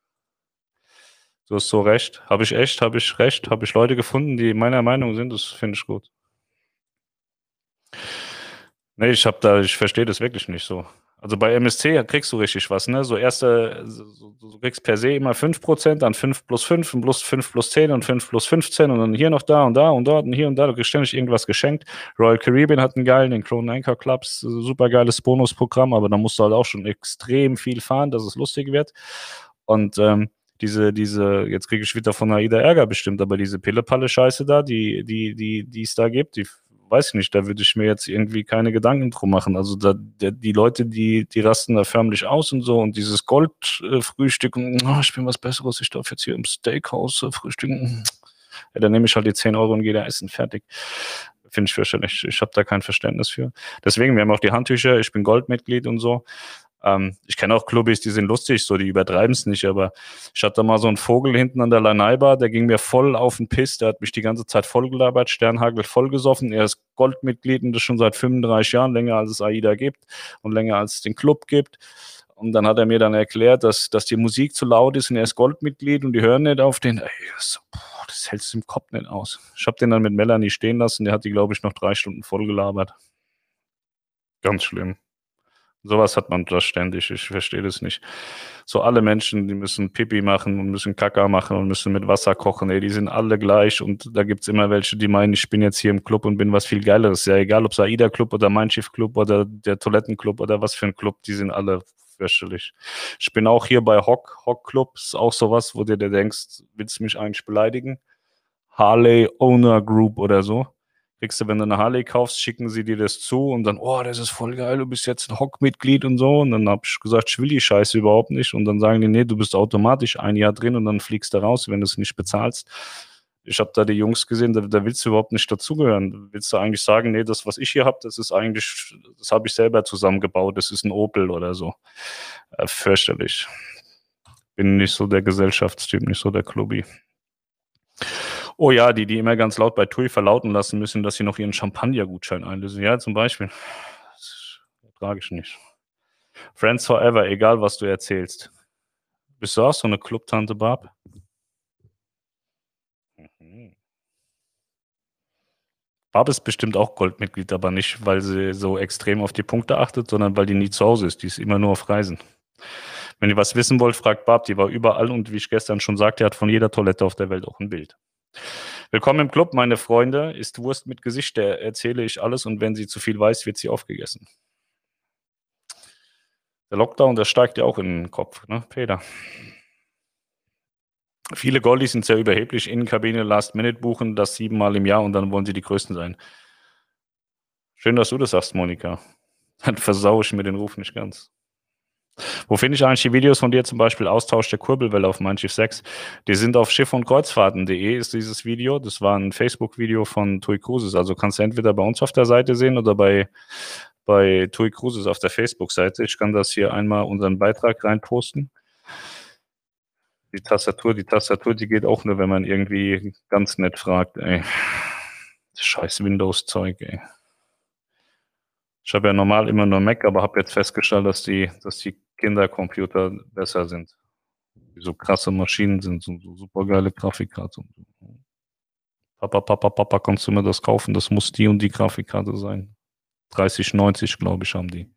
Du hast so recht. Habe ich echt, habe ich recht, habe ich Leute gefunden, die meiner Meinung sind, das finde ich gut. Nee, ich habe da, ich verstehe das wirklich nicht so. Also bei M S C kriegst du richtig was, ne? So erste, so, du kriegst per se immer fünf Prozent, dann fünf plus fünf und plus fünf plus zehn und fünf plus fünfzehn und dann hier noch da und da und dort und hier und da. Du kriegst ständig irgendwas geschenkt. Royal Caribbean hat einen geilen, den Crown Anchor Clubs, super geiles Bonusprogramm, aber da musst du halt auch schon extrem viel fahren, dass es lustig wird. Und ähm, diese, diese, jetzt kriege ich wieder von AIDA Ärger bestimmt, aber diese Pille-Palle-Scheiße da, die, die, die, die es da gibt, die weiß ich nicht, da würde ich mir jetzt irgendwie keine Gedanken drum machen. Also da, der, die Leute, die, die rasten da förmlich aus und so und dieses Goldfrühstück, äh, oh, ich bin was Besseres, ich darf jetzt hier im Steakhouse äh, frühstücken. Ja, dann nehme ich halt die zehn Euro und gehe da essen, fertig. Finde ich fürchterlich. Ich habe da kein Verständnis für. Deswegen, wir haben auch die Handtücher, ich bin Goldmitglied und so. Ähm, ich kenne auch Clubbis, die sind lustig, so, die übertreiben es nicht, aber ich hatte mal so einen Vogel hinten an der Lanai-Bar, der ging mir voll auf den Piss, der hat mich die ganze Zeit vollgelabert, Sternhagel vollgesoffen, er ist Goldmitglied und das schon seit fünfunddreißig Jahren, länger als es AIDA gibt und länger als es den Club gibt. Und dann hat er mir dann erklärt, dass, dass die Musik zu laut ist und er ist Goldmitglied und die hören nicht auf den. Ey, das, boah, das hältst du im Kopf nicht aus. Ich habe den dann mit Melanie stehen lassen, der hat die, glaube ich, noch drei Stunden vollgelabert. Ganz schlimm. Sowas hat man da ständig, ich verstehe das nicht. So alle Menschen, die müssen Pipi machen und müssen Kaka machen und müssen mit Wasser kochen, ey, die sind alle gleich und da gibt's immer welche, die meinen, ich bin jetzt hier im Club und bin was viel Geileres. Ja, egal, ob es AIDA-Club oder Mein Schiff-Club oder der Toilettenclub oder was für ein Club, die sind alle fürchterlich. Ich bin auch hier bei Hock, Hock Club, ist auch sowas, wo du dir denkst, willst du mich eigentlich beleidigen? Harley Owner Group oder so. Kriegst du, wenn du eine Harley kaufst, schicken sie dir das zu und dann, oh, das ist voll geil, du bist jetzt ein Hock-Mitglied und so. Und dann habe ich gesagt, ich will die Scheiße überhaupt nicht. Und dann sagen die, nee, du bist automatisch ein Jahr drin und dann fliegst du raus, wenn du es nicht bezahlst. Ich habe da die Jungs gesehen, da, da willst du überhaupt nicht dazugehören. Da willst du eigentlich sagen, nee, das, was ich hier habe, das ist eigentlich, das habe ich selber zusammengebaut, das ist ein Opel oder so. Äh, fürchterlich. Bin nicht so der Gesellschaftstyp, nicht so der Clubbi. Oh ja, die, die immer ganz laut bei Tui verlauten lassen müssen, dass sie noch ihren Champagner-Gutschein einlösen. Ja, zum Beispiel. Das trage ich nicht. Friends forever, egal was du erzählst. Bist du auch so eine Club-Tante, Barb? Mhm. Barb ist bestimmt auch Goldmitglied, aber nicht, weil sie so extrem auf die Punkte achtet, sondern weil die nie zu Hause ist. Die ist immer nur auf Reisen. Wenn ihr was wissen wollt, fragt Barb, die war überall und wie ich gestern schon sagte, hat von jeder Toilette auf der Welt auch ein Bild. Willkommen im Club, meine Freunde. Ist Wurst mit Gesicht, da erzähle ich alles und wenn sie zu viel weiß, wird sie aufgegessen. Der Lockdown, der steigt ja auch in den Kopf, ne, Peter? Viele Goldies sind sehr überheblich, Innenkabine, Last Minute buchen, das siebenmal im Jahr und dann wollen sie die Größten sein. Schön, dass du das sagst, Monika. Dann versaue ich mir den Ruf nicht ganz. Wo finde ich eigentlich die Videos von dir, zum Beispiel Austausch der Kurbelwelle auf Mein Schiff sechs? Die sind auf schiff und kreuzfahrten punkt de ist dieses Video. Das war ein Facebook-Video von Tui Cruises. Also kannst du entweder bei uns auf der Seite sehen oder bei, bei Tui Cruises auf der Facebook-Seite. Ich kann das hier einmal unseren Beitrag reinposten. Die Tastatur, die Tastatur, die geht auch nur, wenn man irgendwie ganz nett fragt, ey. Scheiß Windows-Zeug, ey. Ich habe ja normal immer nur Mac, aber habe jetzt festgestellt, dass die, dass die Kindercomputer besser sind. Die so krasse Maschinen sind, so, so super geile Grafikkarte. Papa, Papa, Papa, kannst du mir das kaufen? Das muss die und die Grafikkarte sein. dreißig neunzig, glaube ich, haben die.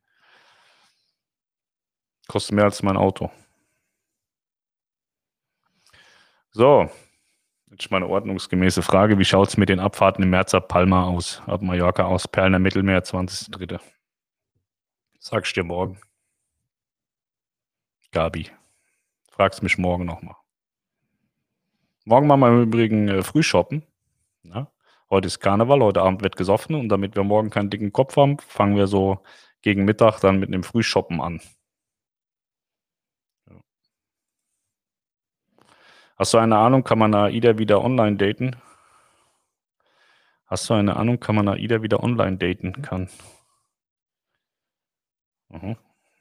Kostet mehr als mein Auto. So, jetzt meine ordnungsgemäße Frage. Wie schaut es mit den Abfahrten im März ab Palma aus? Ab Mallorca aus, Perlen am Mittelmeer, zwanzigster dritter Sag ich dir morgen. Gabi, fragst mich morgen nochmal. Morgen machen wir im Übrigen äh, Frühshoppen. Ja? Heute ist Karneval, heute Abend wird gesoffen und damit wir morgen keinen dicken Kopf haben, fangen wir so gegen Mittag dann mit einem Frühshoppen an. Ja. Hast du eine Ahnung, kann man AIDA wieder online daten? Hast du eine Ahnung, kann man AIDA wieder online daten kann? Mhm.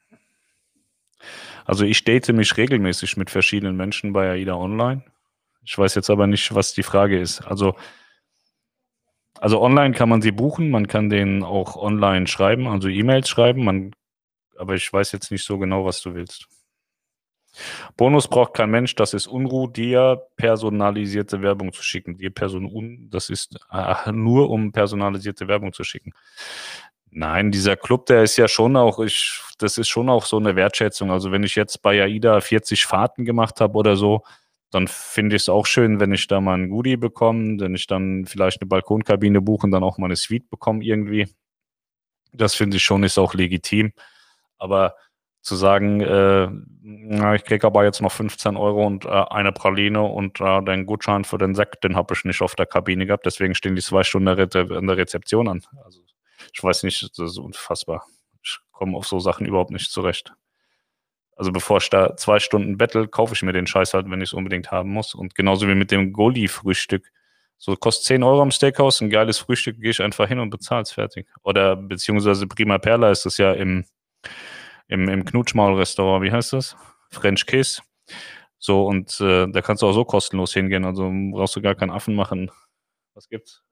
Also ich date mich regelmäßig mit verschiedenen Menschen bei AIDA Online. Ich weiß jetzt aber nicht, was die Frage ist. Also, also online kann man sie buchen, man kann denen auch online schreiben, also E-Mails schreiben, man, aber ich weiß jetzt nicht so genau, was du willst. Bonus braucht kein Mensch, das ist Unruh, dir personalisierte Werbung zu schicken. Dir Person un, das ist äh, nur, um personalisierte Werbung zu schicken. Nein, dieser Club, der ist ja schon auch, ich, das ist schon auch so eine Wertschätzung. Also wenn ich jetzt bei AIDA vierzig Fahrten gemacht habe oder so, dann finde ich es auch schön, wenn ich da mal ein Goodie bekomme, wenn ich dann vielleicht eine Balkonkabine buche und dann auch mal eine Suite bekomme irgendwie. Das finde ich schon, ist auch legitim. Aber zu sagen, äh, na, ich kriege aber jetzt noch fünfzehn Euro und äh, eine Praline und äh, den Gutschein für den Sekt, den habe ich nicht auf der Kabine gehabt, deswegen stehen die zwei Stunden an der, Re an der Rezeption an. Also ich weiß nicht, das ist unfassbar. Ich komme auf so Sachen überhaupt nicht zurecht. Also bevor ich da zwei Stunden bettel, kaufe ich mir den Scheiß halt, wenn ich es unbedingt haben muss. Und genauso wie mit dem Goli-Frühstück. So kostet zehn Euro am Steakhouse, ein geiles Frühstück, gehe ich einfach hin und bezahle es fertig. Oder beziehungsweise Prima Perla ist das ja im, im, im Knutschmaul-Restaurant, wie heißt das? French Kiss. So, und äh, da kannst du auch so kostenlos hingehen, also brauchst du gar keinen Affen machen. Was gibt's?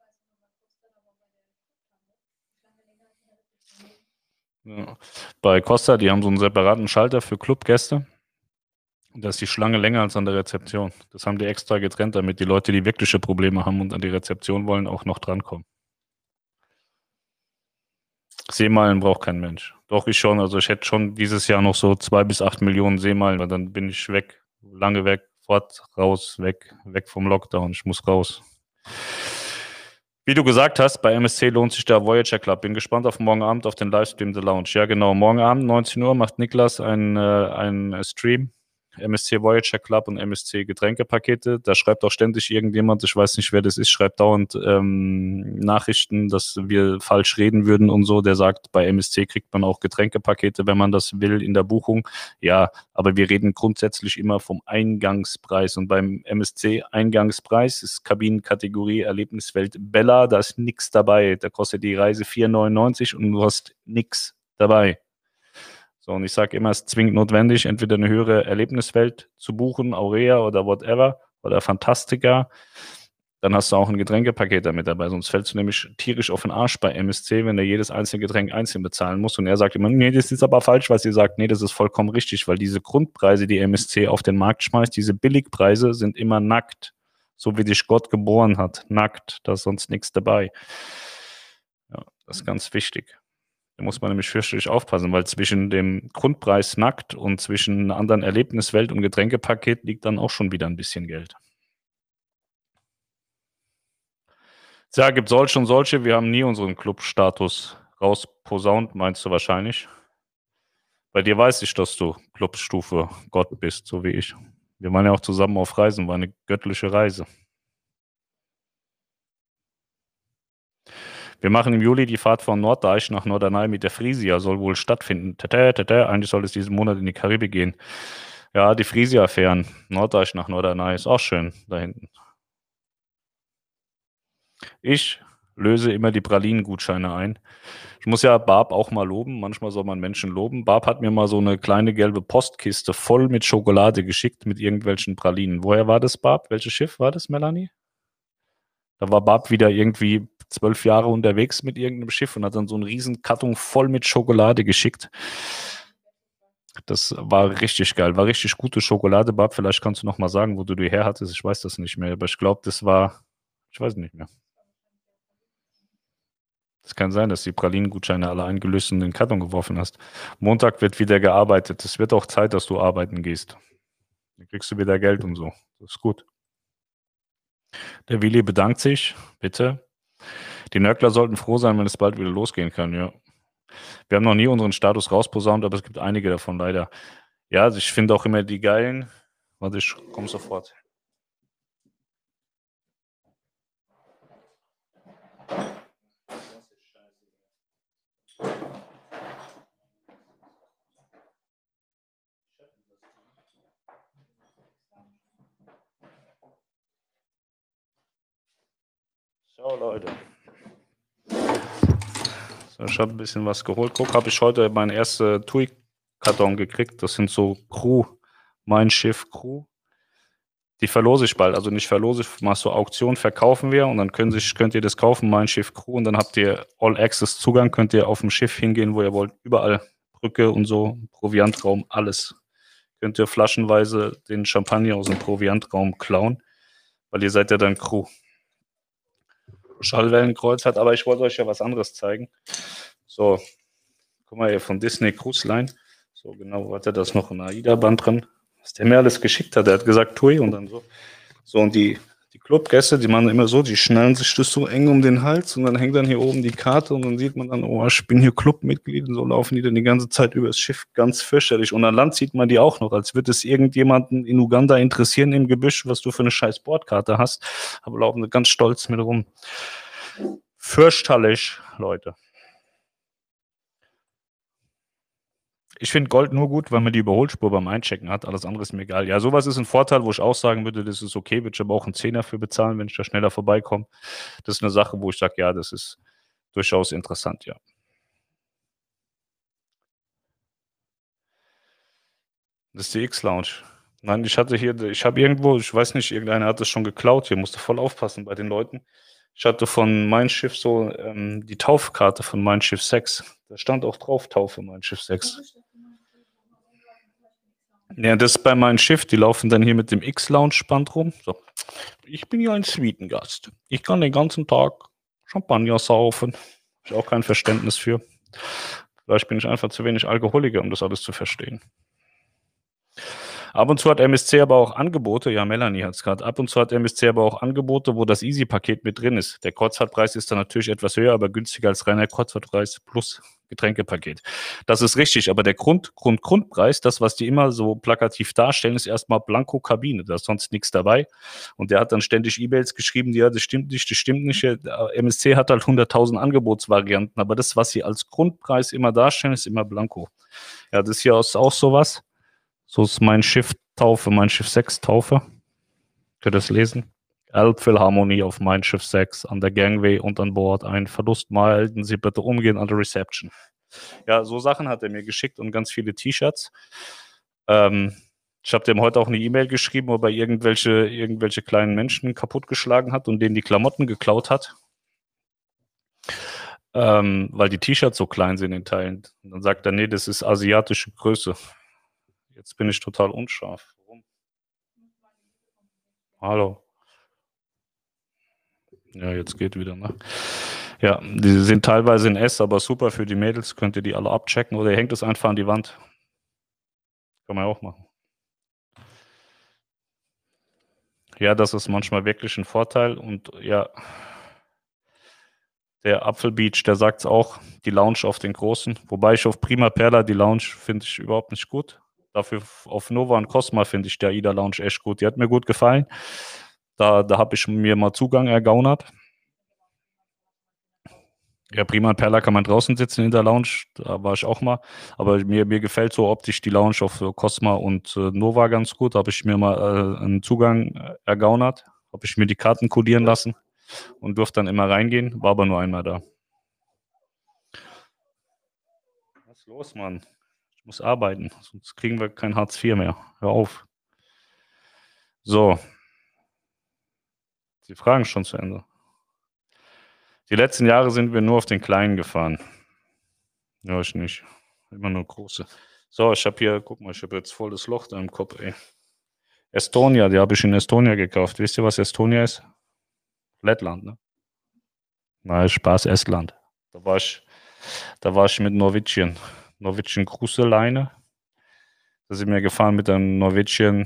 Ja. Bei Costa, die haben so einen separaten Schalter für Clubgäste. Da ist die Schlange länger als an der Rezeption. Das haben die extra getrennt, damit die Leute, die wirkliche Probleme haben und an die Rezeption wollen, auch noch drankommen. Seemeilen braucht kein Mensch. Doch, ich schon. Also ich hätte schon dieses Jahr noch so zwei bis acht Millionen Seemeilen, weil dann bin ich weg, lange weg, fort, raus, weg, weg vom Lockdown. Ich muss raus. Wie du gesagt hast, bei M S C lohnt sich der Voyager Club. Bin gespannt auf morgen Abend auf den Livestream The Lounge. Ja, genau. Morgen Abend, neunzehn Uhr, macht Niklas einen, äh, einen Stream. M S C Voyager Club und M S C Getränkepakete. Da schreibt auch ständig irgendjemand, ich weiß nicht, wer das ist, schreibt dauernd ähm, Nachrichten, dass wir falsch reden würden und so. Der sagt, bei M S C kriegt man auch Getränkepakete, wenn man das will, in der Buchung. Ja, aber wir reden grundsätzlich immer vom Eingangspreis. Und beim M S C Eingangspreis ist Kabinenkategorie Erlebniswelt Bella, da ist nichts dabei. Da kostet die Reise vier neunundneunzig und du hast nichts dabei. So, und ich sage immer, es ist zwingend notwendig, entweder eine höhere Erlebniswelt zu buchen, Aurea oder whatever, oder Fantastica. Dann hast du auch ein Getränkepaket damit dabei, sonst fällst du nämlich tierisch auf den Arsch bei M S C, wenn er jedes einzelne Getränk einzeln bezahlen muss. Und er sagt immer, nee, das ist aber falsch, was ihr sagt. Nee, das ist vollkommen richtig, weil diese Grundpreise, die M S C auf den Markt schmeißt, diese Billigpreise sind immer nackt, so wie dich Gott geboren hat, nackt, da ist sonst nichts dabei. Ja, das ist ganz wichtig. Da muss man nämlich fürchterlich aufpassen, weil zwischen dem Grundpreis nackt und zwischen einer anderen Erlebniswelt und Getränkepaket liegt dann auch schon wieder ein bisschen Geld. Ja, gibt solche und solche. Wir haben nie unseren Clubstatus rausposaunt, meinst du wahrscheinlich. Bei dir weiß ich, dass du Clubstufe Gott bist, so wie ich. Wir waren ja auch zusammen auf Reisen, war eine göttliche Reise. Wir machen im Juli die Fahrt von Norddeich nach Norderney mit der Frisia, soll wohl stattfinden. Tete, tete. Eigentlich soll es diesen Monat in die Karibik gehen. Ja, die Frisia-Fähren. Norddeich nach Norderney ist auch schön da hinten. Ich löse immer die Pralinen-Gutscheine ein. Ich muss ja Barb auch mal loben. Manchmal soll man Menschen loben. Barb hat mir mal so eine kleine gelbe Postkiste voll mit Schokolade geschickt, mit irgendwelchen Pralinen. Woher war das, Barb? Welches Schiff war das, Melanie? Da war Barb wieder irgendwie zwölf Jahre unterwegs mit irgendeinem Schiff und hat dann so einen riesen Karton voll mit Schokolade geschickt. Das war richtig geil, war richtig gute Schokolade. Barb, vielleicht kannst du noch mal sagen, wo du die her hattest. Ich weiß das nicht mehr, aber ich glaube, das war, ich weiß nicht mehr. Es kann sein, dass die Pralinengutscheine alle eingelöst und in den Karton geworfen hast. Montag wird wieder gearbeitet. Es wird auch Zeit, dass du arbeiten gehst. Dann kriegst du wieder Geld und so. Das ist gut. Der Willi bedankt sich, bitte. Die Nörgler sollten froh sein, wenn es bald wieder losgehen kann, ja. Wir haben noch nie unseren Status rausposaunt, aber es gibt einige davon leider. Ja, also ich finde auch immer die geilen. Warte, ich komme sofort. So, Leute. So, ich habe ein bisschen was geholt. Guck, habe ich heute meinen ersten TUI-Karton gekriegt. Das sind so Crew, mein Schiff Crew. Die verlose ich bald. Also nicht verlose ich, machst du Auktion, verkaufen wir und dann können sich, könnt ihr das kaufen, mein Schiff Crew. Und dann habt ihr All-Access-Zugang, könnt ihr auf dem Schiff hingehen, wo ihr wollt. Überall Brücke und so, Proviantraum, alles. Könnt ihr flaschenweise den Champagner aus dem Proviantraum klauen, weil ihr seid ja dann Crew. Schallwellenkreuz hat, aber ich wollte euch ja was anderes zeigen. So, guck mal hier von Disney Cruise Line. So genau hat er das noch ein AIDA-Band drin. Was der mir alles geschickt hat. Er hat gesagt, tui und dann so. So und die, die Clubgäste, die machen immer so, die schnallen sich das so eng um den Hals und dann hängt dann hier oben die Karte und dann sieht man dann, oh, ich bin hier Clubmitglied und so laufen die dann die ganze Zeit über das Schiff, ganz fürchterlich. Und an Land sieht man die auch noch, als würde es irgendjemanden in Uganda interessieren im Gebüsch, was du für eine scheiß Bordkarte hast. Aber laufen ganz stolz mit rum. Fürchterlich, Leute. Ich finde Gold nur gut, weil man die Überholspur beim Einchecken hat. Alles andere ist mir egal. Ja, sowas ist ein Vorteil, wo ich auch sagen würde, das ist okay, würde ich aber auch einen Zehner für bezahlen, wenn ich da schneller vorbeikomme. Das ist eine Sache, wo ich sage, ja, das ist durchaus interessant, ja. Das ist die X-Lounge. Nein, ich hatte hier, ich habe irgendwo, ich weiß nicht, irgendeiner hat das schon geklaut. Hier musste voll aufpassen bei den Leuten. Ich hatte von Mein Schiff so ähm, die Taufkarte von Mein Schiff sechs. Da stand auch drauf, Taufe Mein Schiff sechs. Ja, das ist bei Mein Schiff. Die laufen dann hier mit dem X-Lounge-Band rum. So. Ich bin ja ein Suitengast. Ich kann den ganzen Tag Champagner saufen. Habe ich auch kein Verständnis für. Vielleicht bin ich einfach zu wenig Alkoholiker, um das alles zu verstehen. Ab und zu hat M S C aber auch Angebote, ja, Melanie hat es gerade, ab und zu hat M S C aber auch Angebote, wo das Easy-Paket mit drin ist. Der Kreuzfahrtpreis ist dann natürlich etwas höher, aber günstiger als reiner Kreuzfahrtpreis plus Getränkepaket. Das ist richtig, aber der Grund, Grund, Grundpreis, das, was die immer so plakativ darstellen, ist erstmal Blanko-Kabine, da ist sonst nichts dabei. Und der hat dann ständig E-Mails geschrieben, ja, das stimmt nicht, das stimmt nicht. M S C hat halt hunderttausend Angebotsvarianten, aber das, was sie als Grundpreis immer darstellen, ist immer Blanko. Ja, das hier ist auch sowas. So ist Mein Schiff Taufe, Mein Schiff sechs Taufe. Könnt ihr das lesen? Elbphilharmonie auf Mein Schiff sechs, an der Gangway und an Bord. Ein Verlust melden Sie bitte umgehen an der Reception. Ja, so Sachen hat er mir geschickt und ganz viele T-Shirts. Ähm, ich habe dem heute auch eine E-Mail geschrieben, wo er irgendwelche, irgendwelche kleinen Menschen kaputtgeschlagen hat und denen die Klamotten geklaut hat. Ähm, weil die T-Shirts so klein sind in Teilen. Und dann sagt er, nee, das ist asiatische Größe. Jetzt bin ich total unscharf. Warum? Hallo. Ja, jetzt geht wieder, ne? Ja, die sind teilweise in S, aber super für die Mädels. Könnt ihr die alle abchecken oder ihr hängt es einfach an die Wand. Kann man ja auch machen. Ja, das ist manchmal wirklich ein Vorteil und ja, der Apfelbeach, der sagt es auch, die Lounge auf den großen. Wobei ich auf Prima Perla die Lounge finde ich überhaupt nicht gut. Dafür auf Nova und Cosma finde ich der AIDA Lounge echt gut. Die hat mir gut gefallen. Da, da habe ich mir mal Zugang ergaunert. Ja, Prima Perla kann man draußen sitzen in der Lounge. Da war ich auch mal. Aber mir, mir gefällt so optisch die Lounge auf Cosma und äh, Nova ganz gut. Da habe ich mir mal äh, einen Zugang äh, ergaunert. Habe ich mir die Karten kodieren lassen und durfte dann immer reingehen. War aber nur einmal da. Was ist los, Mann? Ich muss arbeiten, sonst kriegen wir kein Hartz vier mehr. Hör auf. So. Die Fragen schon zu Ende. Die letzten Jahre sind wir nur auf den Kleinen gefahren. Ja, ich nicht. Immer nur große. So, ich habe hier, guck mal, ich habe jetzt voll das Loch da im Kopf, ey. Estonia, die habe ich in Estonia gekauft. Wisst ihr, was Estonia ist? Lettland, ne? Nein, Spaß, Estland. Da war ich, da war ich mit Norwegian. Norwegian Cruise Line. Da sind wir gefahren mit einem Norwegian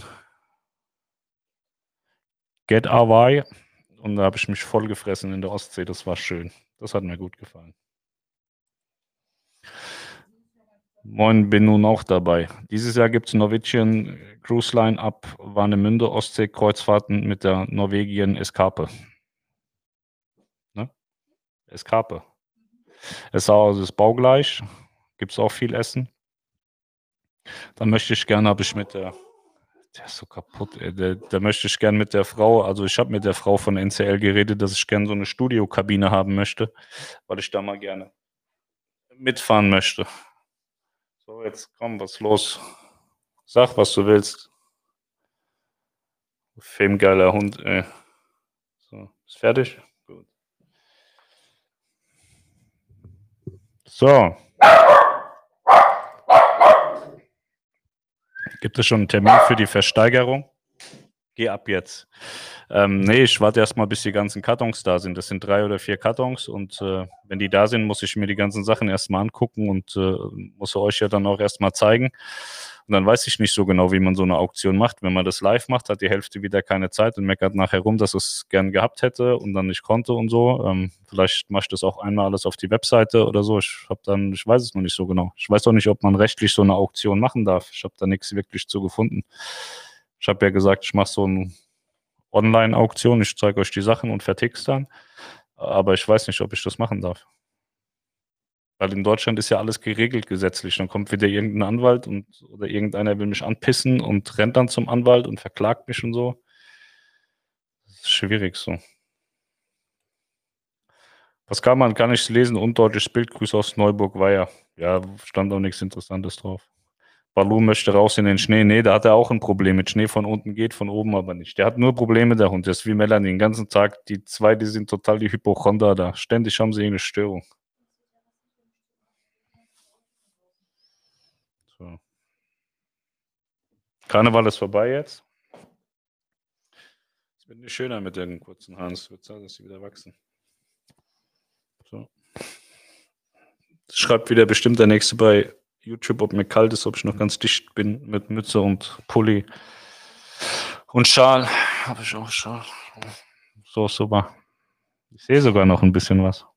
Get Away. Und da habe ich mich voll gefressen in der Ostsee. Das war schön. Das hat mir gut gefallen. Moin, bin nun auch dabei. Dieses Jahr gibt es Norwegian Cruise Line ab Warnemünde, Ostsee-Kreuzfahrten mit der Norwegian Escape. Ne? Escape. Es ist auch, es ist baugleich. Gibt es auch viel Essen. Da möchte ich gerne, habe ich mit der, der ist so kaputt, ey, der, da möchte ich gerne mit der Frau, also ich habe mit der Frau von N C L geredet, dass ich gerne so eine Studiokabine haben möchte, weil ich da mal gerne mitfahren möchte. So, jetzt komm, was ist los? Sag, was du willst. Filmgeiler Hund, ey. So, ist fertig? Gut. So. Gibt es schon einen Termin für die Versteigerung? Geh ab jetzt. Ähm, nee, ich warte erstmal, bis die ganzen Kartons da sind. Das sind drei oder vier Kartons und äh, wenn die da sind, muss ich mir die ganzen Sachen erstmal angucken und äh, muss euch ja dann auch erstmal zeigen. Und dann weiß ich nicht so genau, wie man so eine Auktion macht. Wenn man das live macht, hat die Hälfte wieder keine Zeit und meckert nachher rum, dass es gern gehabt hätte und dann nicht konnte und so. Ähm, vielleicht mache ich das auch einmal alles auf die Webseite oder so. Ich habe dann, ich weiß es noch nicht so genau. Ich weiß auch nicht, ob man rechtlich so eine Auktion machen darf. Ich habe da nichts wirklich zu gefunden. Ich habe ja gesagt, ich mache so eine Online-Auktion, ich zeige euch die Sachen und vertick's dann. Aber ich weiß nicht, ob ich das machen darf. Weil in Deutschland ist ja alles geregelt gesetzlich. Dann kommt wieder irgendein Anwalt und oder irgendeiner will mich anpissen und rennt dann zum Anwalt und verklagt mich und so. Das ist schwierig so. Was kann man, kann ich lesen? Undeutsches Bild, Grüße aus Neuburg-Weiher. Ja, stand auch nichts Interessantes drauf. Balu möchte raus in den Schnee. Nee, da hat er auch ein Problem mit Schnee. Von unten geht, von oben aber nicht. Der hat nur Probleme, der Hund. Der ist wie Melanie den ganzen Tag. Die zwei, die sind total die Hypochonder da. Ständig haben sie irgendeine Störung. So. Karneval ist vorbei jetzt. Es wird nicht schöner mit den kurzen Haaren. Es wird Zeit, dass sie wieder wachsen. So. Schreibt wieder bestimmt der Nächste bei YouTube, ob mir kalt ist, ob ich noch ganz dicht bin mit Mütze und Pulli. Und Schal. Habe ich auch Schal. So, super. Ich sehe sogar noch ein bisschen was.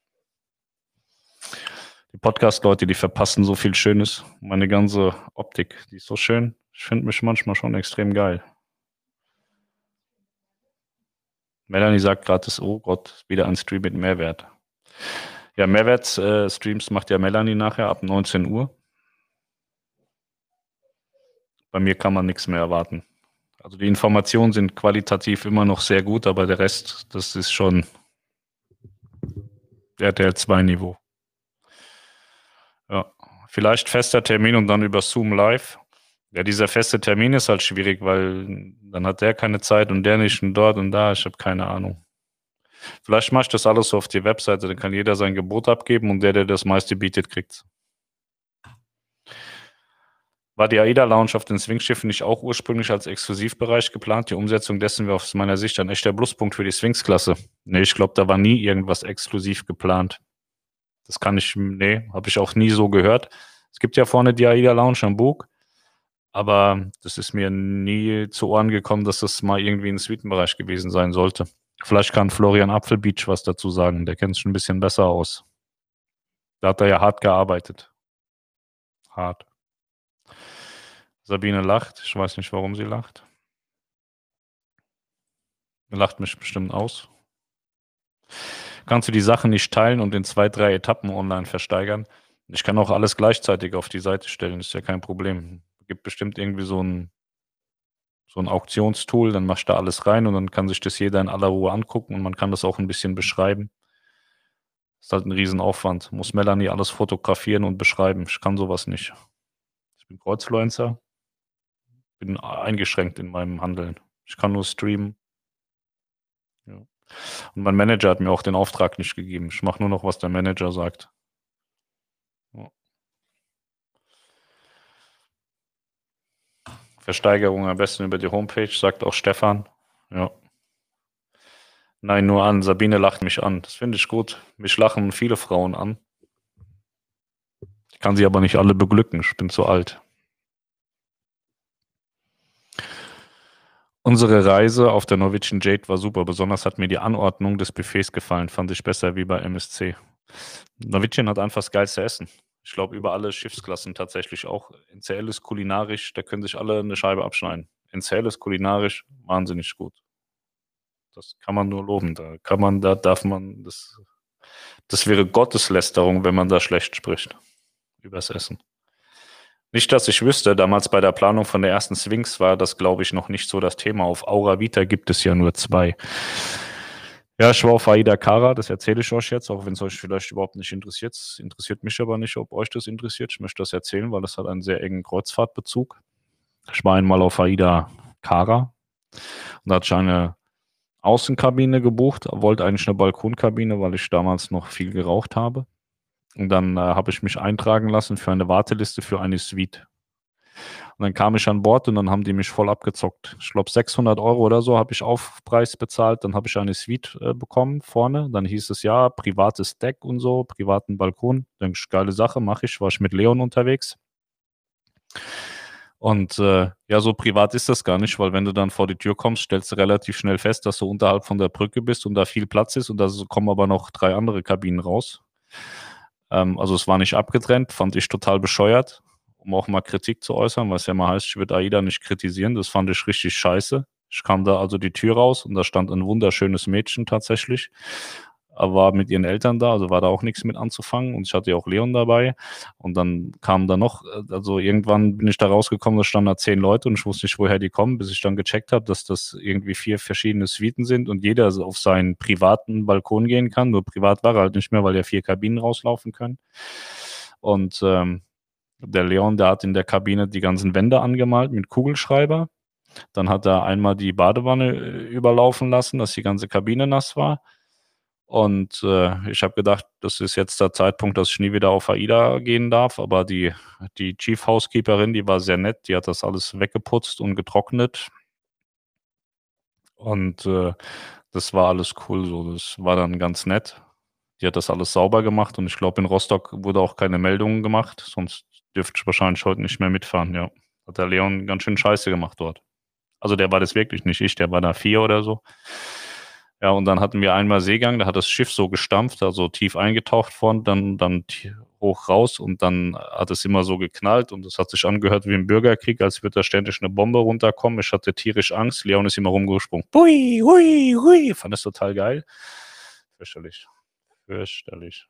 Die Podcast-Leute, die verpassen so viel Schönes. Meine ganze Optik, die ist so schön. Ich finde mich manchmal schon extrem geil. Melanie sagt gerade, oh Gott, wieder ein Stream mit Mehrwert. Ja, Mehrwert-Streams macht ja Melanie nachher ab neunzehn Uhr. Bei mir kann man nichts mehr erwarten. Also die Informationen sind qualitativ immer noch sehr gut, aber der Rest, das ist schon R T L zwei Niveau. Ja, vielleicht fester Termin und dann über Zoom live. Ja, dieser feste Termin ist halt schwierig, weil dann hat der keine Zeit und der nicht und dort und da. Ich habe keine Ahnung. Vielleicht mache ich das alles so auf die Webseite, dann kann jeder sein Gebot abgeben und der, der das meiste bietet, kriegt's. War die AIDA Lounge auf den Swing-Schiffen nicht auch ursprünglich als Exklusivbereich geplant? Die Umsetzung dessen wäre aus meiner Sicht ein echter Pluspunkt für die Swings-Klasse. Nee, ich glaube, da war nie irgendwas exklusiv geplant. Das kann ich, nee, habe ich auch nie so gehört. Es gibt ja vorne die AIDA Lounge am Bug, aber das ist mir nie zu Ohren gekommen, dass das mal irgendwie ein Suitenbereich gewesen sein sollte. Vielleicht kann Florian Apfelbeach was dazu sagen, der kennt es schon ein bisschen besser aus. Da hat er ja hart gearbeitet. Hart. Sabine lacht. Ich weiß nicht, warum sie lacht. Lacht mich bestimmt aus. Kannst du die Sachen nicht teilen und in zwei, drei Etappen online versteigern? Ich kann auch alles gleichzeitig auf die Seite stellen, ist ja kein Problem. Es gibt bestimmt irgendwie so ein, so ein Auktionstool, dann machst du da alles rein und dann kann sich das jeder in aller Ruhe angucken und man kann das auch ein bisschen beschreiben. Das ist halt ein Riesenaufwand. Muss Melanie alles fotografieren und beschreiben. Ich kann sowas nicht. Ich bin Kreuzfluencer. Bin eingeschränkt in meinem Handeln. Ich kann nur streamen. Ja. Und mein Manager hat mir auch den Auftrag nicht gegeben. Ich mache nur noch, was der Manager sagt. Ja. Versteigerung am besten über die Homepage, sagt auch Stefan. Ja. Nein, nur an. Sabine lacht mich an. Das finde ich gut. Mich lachen viele Frauen an. Ich kann sie aber nicht alle beglücken. Ich bin zu alt. Unsere Reise auf der Norwegian Jade war super. Besonders hat mir die Anordnung des Buffets gefallen. Fand ich besser wie bei M S C. Norwegian hat einfach das geilste Essen. Ich glaube, über alle Schiffsklassen tatsächlich auch. N C L ist kulinarisch, da können sich alle eine Scheibe abschneiden. N C L ist kulinarisch wahnsinnig gut. Das kann man nur loben. Da kann man, da darf man, das, das wäre Gotteslästerung, wenn man da schlecht spricht. Übers Essen. Nicht, dass ich wüsste, damals bei der Planung von der ersten Swings war das, glaube ich, noch nicht so das Thema. Auf Aura Vita gibt es ja nur zwei. Ja, ich war auf Aida Kara, das erzähle ich euch jetzt, auch wenn es euch vielleicht überhaupt nicht interessiert. Es interessiert mich aber nicht, ob euch das interessiert. Ich möchte das erzählen, weil das hat einen sehr engen Kreuzfahrtbezug. Ich war einmal auf Aida Kara und da hatte ich eine Außenkabine gebucht, wollte eigentlich eine Balkonkabine, weil ich damals noch viel geraucht habe. Und dann äh, habe ich mich eintragen lassen für eine Warteliste für eine Suite. Und dann kam ich an Bord und dann haben die mich voll abgezockt. Ich glaube, sechshundert Euro oder so habe ich Aufpreis bezahlt. Dann habe ich eine Suite äh, bekommen vorne. Dann hieß es ja, privates Deck und so, privaten Balkon. Denke ich, geile Sache, mache ich. War ich mit Leon unterwegs. Und äh, ja, so privat ist das gar nicht, weil wenn du dann vor die Tür kommst, stellst du relativ schnell fest, dass du unterhalb von der Brücke bist und da viel Platz ist und da kommen aber noch drei andere Kabinen raus. Ähm, also es war nicht abgetrennt, fand ich total bescheuert, um auch mal Kritik zu äußern, was ja mal heißt, ich würde AIDA nicht kritisieren, das fand ich richtig scheiße. Ich kam da also die Tür raus und da stand ein wunderschönes Mädchen tatsächlich, war mit ihren Eltern da, also war da auch nichts mit anzufangen und ich hatte ja auch Leon dabei und dann kam da noch, also irgendwann bin ich da rausgekommen, da standen da zehn Leute und ich wusste nicht, woher die kommen, bis ich dann gecheckt habe, dass das irgendwie vier verschiedene Suiten sind und jeder also auf seinen privaten Balkon gehen kann, nur privat war er halt nicht mehr, weil ja vier Kabinen rauslaufen können und ähm, der Leon, der hat in der Kabine die ganzen Wände angemalt mit Kugelschreiber, dann hat er einmal die Badewanne überlaufen lassen, dass die ganze Kabine nass war. Und äh, ich habe gedacht, das ist jetzt der Zeitpunkt, dass ich nie wieder auf AIDA gehen darf. Aber die, die Chief Housekeeperin, die war sehr nett, die hat das alles weggeputzt und getrocknet. Und äh, das war alles cool so. Das war dann ganz nett. Die hat das alles sauber gemacht und ich glaube, in Rostock wurde auch keine Meldungen gemacht, sonst dürfte ich wahrscheinlich heute nicht mehr mitfahren, ja. Hat der Leon ganz schön Scheiße gemacht dort. Also der war das wirklich nicht ich, der war da vier oder so. Ja, und dann hatten wir einmal Seegang, da hat das Schiff so gestampft, also tief eingetaucht vorn, dann, dann hoch raus und dann hat es immer so geknallt und es hat sich angehört wie ein Bürgerkrieg, als würde da ständig eine Bombe runterkommen. Ich hatte tierisch Angst, Leon ist immer rumgesprungen. Hui, hui, hui. Fand das total geil. Fürchterlich. Fürchterlich.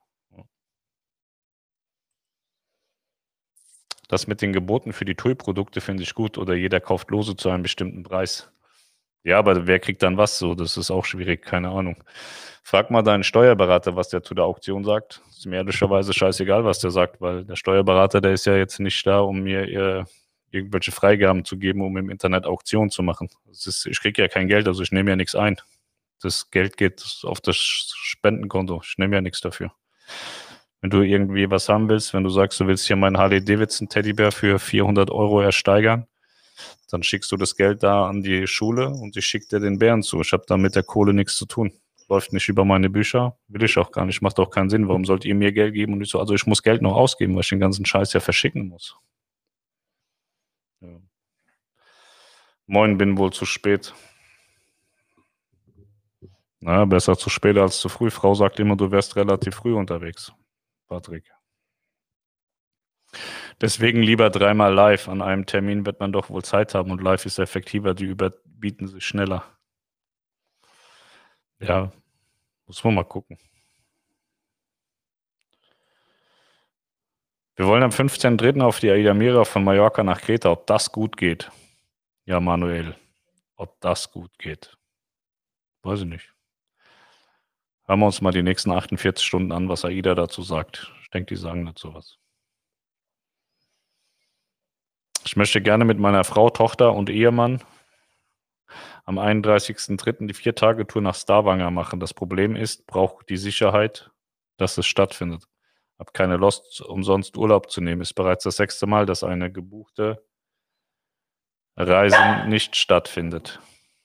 Das mit den Geboten für die T U I-Produkte finde ich gut oder jeder kauft Lose zu einem bestimmten Preis. Ja, aber wer kriegt dann was so? Das ist auch schwierig, keine Ahnung. Frag mal deinen Steuerberater, was der zu der Auktion sagt. Ist mir ehrlicherweise scheißegal, was der sagt, weil der Steuerberater, der ist ja jetzt nicht da, um mir äh, irgendwelche Freigaben zu geben, um im Internet Auktionen zu machen. Das ist, ich kriege ja kein Geld, also ich nehme ja nichts ein. Das Geld geht auf das Spendenkonto. Ich nehme ja nichts dafür. Wenn du irgendwie was haben willst, wenn du sagst, du willst hier meinen Harley-Davidson-Teddybär für vierhundert Euro ersteigern, dann schickst du das Geld da an die Schule und ich schicke dir den Bären zu. Ich habe da mit der Kohle nichts zu tun. Läuft nicht über meine Bücher, will ich auch gar nicht, macht auch keinen Sinn. Warum sollt ihr mir Geld geben und ich so? Also ich muss Geld noch ausgeben, weil ich den ganzen Scheiß ja verschicken muss. Ja. Moin, bin wohl zu spät. Na, besser zu spät als zu früh. Frau sagt immer, du wärst relativ früh unterwegs, Patrick. Deswegen lieber dreimal live. An einem Termin wird man doch wohl Zeit haben und live ist effektiver, die überbieten sich schneller. Ja, muss man mal gucken. Wir wollen am fünfzehnten dritten auf die Aida Mira von Mallorca nach Kreta. Ob das gut geht? Ja, Manuel. Ob das gut geht? Weiß ich nicht. Hören wir uns mal die nächsten achtundvierzig Stunden an, was AIDA dazu sagt. Ich denke, die sagen dazu was. Ich möchte gerne mit meiner Frau, Tochter und Ehemann am einunddreißigsten dritten die Vier-Tage-Tour nach Stavanger machen. Das Problem ist, braucht die Sicherheit, dass es stattfindet. Hab keine Lust, umsonst Urlaub zu nehmen. Ist bereits das sechste Mal, dass eine gebuchte Reise nicht stattfindet.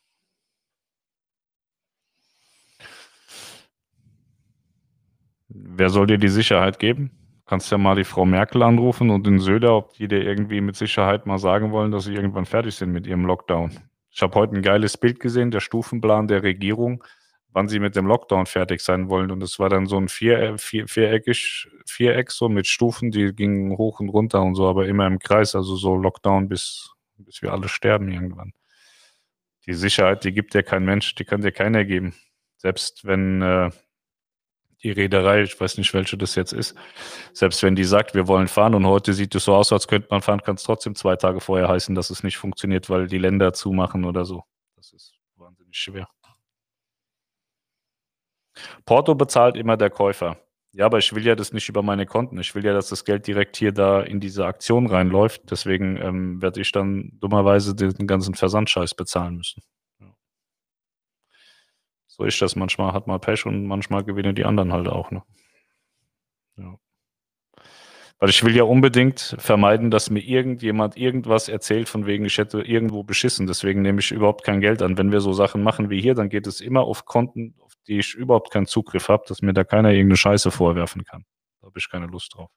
Wer soll dir die Sicherheit geben? Kannst ja mal die Frau Merkel anrufen und den Söder, ob die dir irgendwie mit Sicherheit mal sagen wollen, dass sie irgendwann fertig sind mit ihrem Lockdown. Ich habe heute ein geiles Bild gesehen, der Stufenplan der Regierung, wann sie mit dem Lockdown fertig sein wollen. Und es war dann so ein vier, vier, viereckig, Viereck so mit Stufen, die gingen hoch und runter und so, aber immer im Kreis, also so Lockdown, bis, bis wir alle sterben irgendwann. Die Sicherheit, die gibt dir kein Mensch, die kann dir keiner geben. Selbst wenn äh, die Reederei, ich weiß nicht, welche das jetzt ist, selbst wenn die sagt, wir wollen fahren und heute sieht es so aus, als könnte man fahren, kann es trotzdem zwei Tage vorher heißen, dass es nicht funktioniert, weil die Länder zumachen oder so. Das ist wahnsinnig schwer. Porto bezahlt immer der Käufer. Ja, aber ich will ja das nicht über meine Konten. Ich will ja, dass das Geld direkt hier da in diese Aktion reinläuft. Deswegen ähm, werde ich dann dummerweise den ganzen Versandscheiß bezahlen müssen. Ja. So ist das. Manchmal hat man Pech und manchmal gewinnen die anderen halt auch. Ne? Ja. Weil ich will ja unbedingt vermeiden, dass mir irgendjemand irgendwas erzählt, von wegen, ich hätte irgendwo beschissen. Deswegen nehme ich überhaupt kein Geld an. Wenn wir so Sachen machen wie hier, dann geht es immer auf Konten, auf die ich überhaupt keinen Zugriff habe, dass mir da keiner irgendeine Scheiße vorwerfen kann. Da habe ich keine Lust drauf.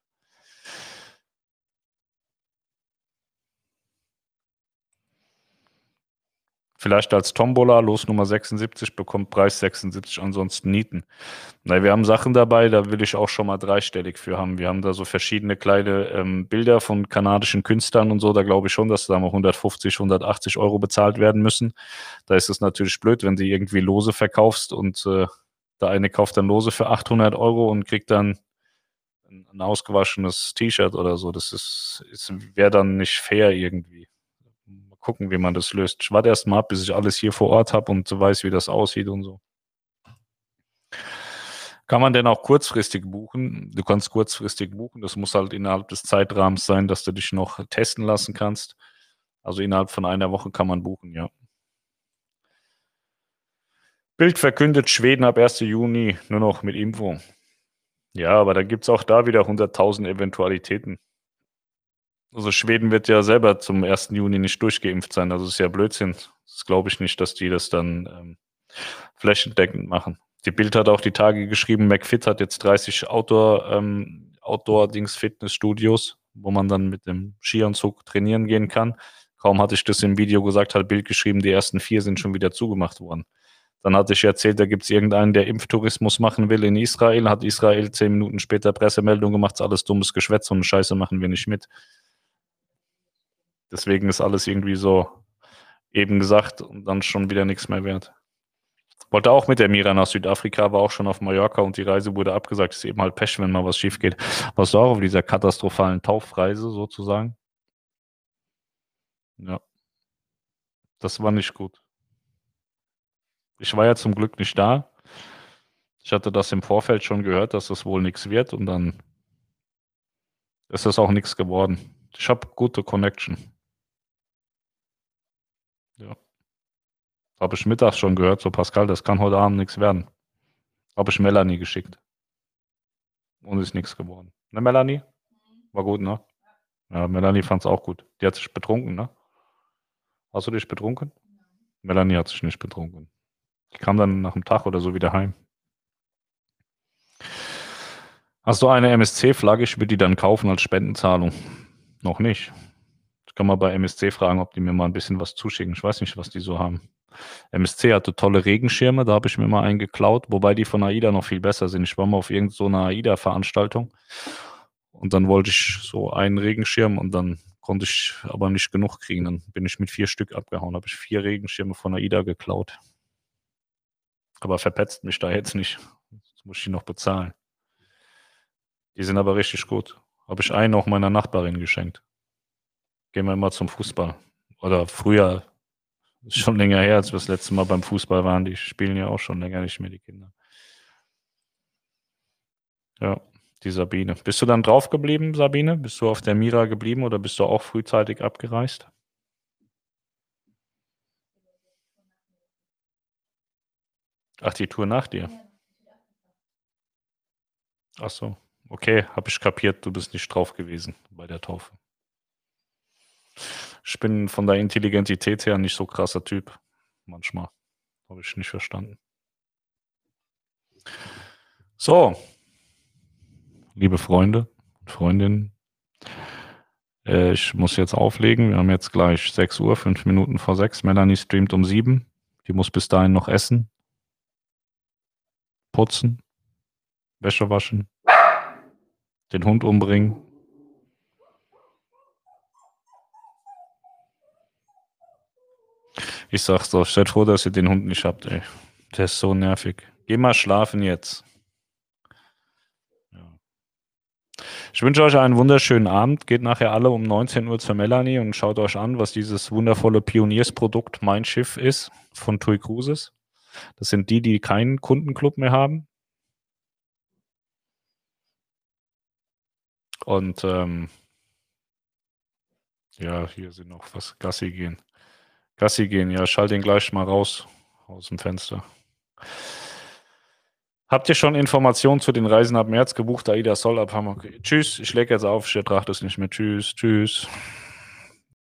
Vielleicht als Tombola, Los Nummer sechsundsiebzig, bekommt Preis sechsundsiebzig, ansonsten Nieten. Na, wir haben Sachen dabei, da will ich auch schon mal dreistellig für haben. Wir haben da so verschiedene kleine ähm, Bilder von kanadischen Künstlern und so. Da glaube ich schon, dass da mal hundertfünfzig, hundertachtzig Euro bezahlt werden müssen. Da ist es natürlich blöd, wenn du irgendwie Lose verkaufst und äh, der eine kauft dann Lose für achthundert Euro und kriegt dann ein, ein ausgewaschenes T-Shirt oder so. Das ist, ist wäre dann nicht fair irgendwie. Mal gucken, wie man das löst. Ich warte erst mal ab, bis ich alles hier vor Ort habe und weiß, wie das aussieht und so. Kann man denn auch kurzfristig buchen? Du kannst kurzfristig buchen. Das muss halt innerhalb des Zeitrahmens sein, dass du dich noch testen lassen kannst. Also innerhalb von einer Woche kann man buchen, ja. Bild verkündet, Schweden ab ersten Juni nur noch mit Impfung. Ja, aber da gibt es auch da wieder hunderttausend Eventualitäten. Also Schweden wird ja selber zum ersten Juni nicht durchgeimpft sein. Also das ist ja Blödsinn. Das glaube ich nicht, dass die das dann ähm, flächendeckend machen. Die Bild hat auch die Tage geschrieben, McFit hat jetzt dreißig Outdoor, ähm, Outdoor-Dings-Fitnessstudios, wo man dann mit dem Skianzug trainieren gehen kann. Kaum hatte ich das im Video gesagt, hat Bild geschrieben, die ersten vier sind schon wieder zugemacht worden. Dann hatte ich erzählt, da gibt es irgendeinen, der Impftourismus machen will in Israel, hat Israel zehn Minuten später Pressemeldung gemacht, ist alles dummes Geschwätz und Scheiße machen wir nicht mit. Deswegen ist alles irgendwie so eben gesagt und dann schon wieder nichts mehr wert. Wollte auch mit der Mira nach Südafrika, war auch schon auf Mallorca und die Reise wurde abgesagt. Ist eben halt Pech, wenn mal was schief geht. Warst du auch auf dieser katastrophalen Taufreise sozusagen? Ja. Das war nicht gut. Ich war ja zum Glück nicht da. Ich hatte das im Vorfeld schon gehört, dass das wohl nichts wird und dann ist das auch nichts geworden. Ich habe gute Connection. Ja. Habe ich mittags schon gehört, so Pascal, das kann heute Abend nichts werden. Habe ich Melanie geschickt. Und ist nichts geworden. Ne, Melanie? War gut, ne? Ja, Melanie fand es auch gut. Die hat sich betrunken, ne? Hast du dich betrunken? Melanie hat sich nicht betrunken. Die kam dann nach einem Tag oder so wieder heim. Hast du eine M S C-Flagge? Ich würde die dann kaufen als Spendenzahlung. Noch nicht. Ich kann mal bei M S C fragen, ob die mir mal ein bisschen was zuschicken. Ich weiß nicht, was die so haben. M S C hatte tolle Regenschirme, da habe ich mir mal einen geklaut, wobei die von AIDA noch viel besser sind. Ich war mal auf irgendeiner so AIDA-Veranstaltung und dann wollte ich so einen Regenschirm und dann konnte ich aber nicht genug kriegen. Dann bin ich mit vier Stück abgehauen, habe ich vier Regenschirme von AIDA geklaut. Aber verpetzt mich da jetzt nicht. Jetzt muss ich die noch bezahlen. Die sind aber richtig gut. Habe ich einen auch meiner Nachbarin geschenkt. Gehen wir immer zum Fußball. Oder früher, ist schon länger her, als wir das letzte Mal beim Fußball waren. Die spielen ja auch schon länger nicht mehr, die Kinder. Ja, die Sabine. Bist du dann drauf geblieben, Sabine? Bist du auf der Mira geblieben oder bist du auch frühzeitig abgereist? Ach, die Tour nach dir? Ach so, okay, habe ich kapiert, du bist nicht drauf gewesen bei der Taufe. Ich bin von der Intelligentität her nicht so krasser Typ. Manchmal. Habe ich nicht verstanden. So, liebe Freunde und Freundinnen, äh, ich muss jetzt auflegen. Wir haben jetzt gleich sechs Uhr, fünf Minuten vor sechs. Melanie streamt um sieben. Die muss bis dahin noch essen, putzen, Wäsche waschen, den Hund umbringen. Ich sag's doch, stellt froh, dass ihr den Hund nicht habt, ey. Der ist so nervig. Geh mal schlafen jetzt. Ja. Ich wünsche euch einen wunderschönen Abend. Geht nachher alle um neunzehn Uhr zur Melanie und schaut euch an, was dieses wundervolle Pioniersprodukt Mein Schiff ist von Tui Cruises. Das sind die, die keinen Kundenclub mehr haben. Und ähm, ja, hier sind noch was. Gassi gehen. Gassi gehen, ja, schalt den gleich mal raus aus dem Fenster. Habt ihr schon Informationen zu den Reisen ab März gebucht? AIDA soll ab Hamburg. Tschüss, ich lege jetzt auf, ich ertrage das nicht mehr. Tschüss, tschüss.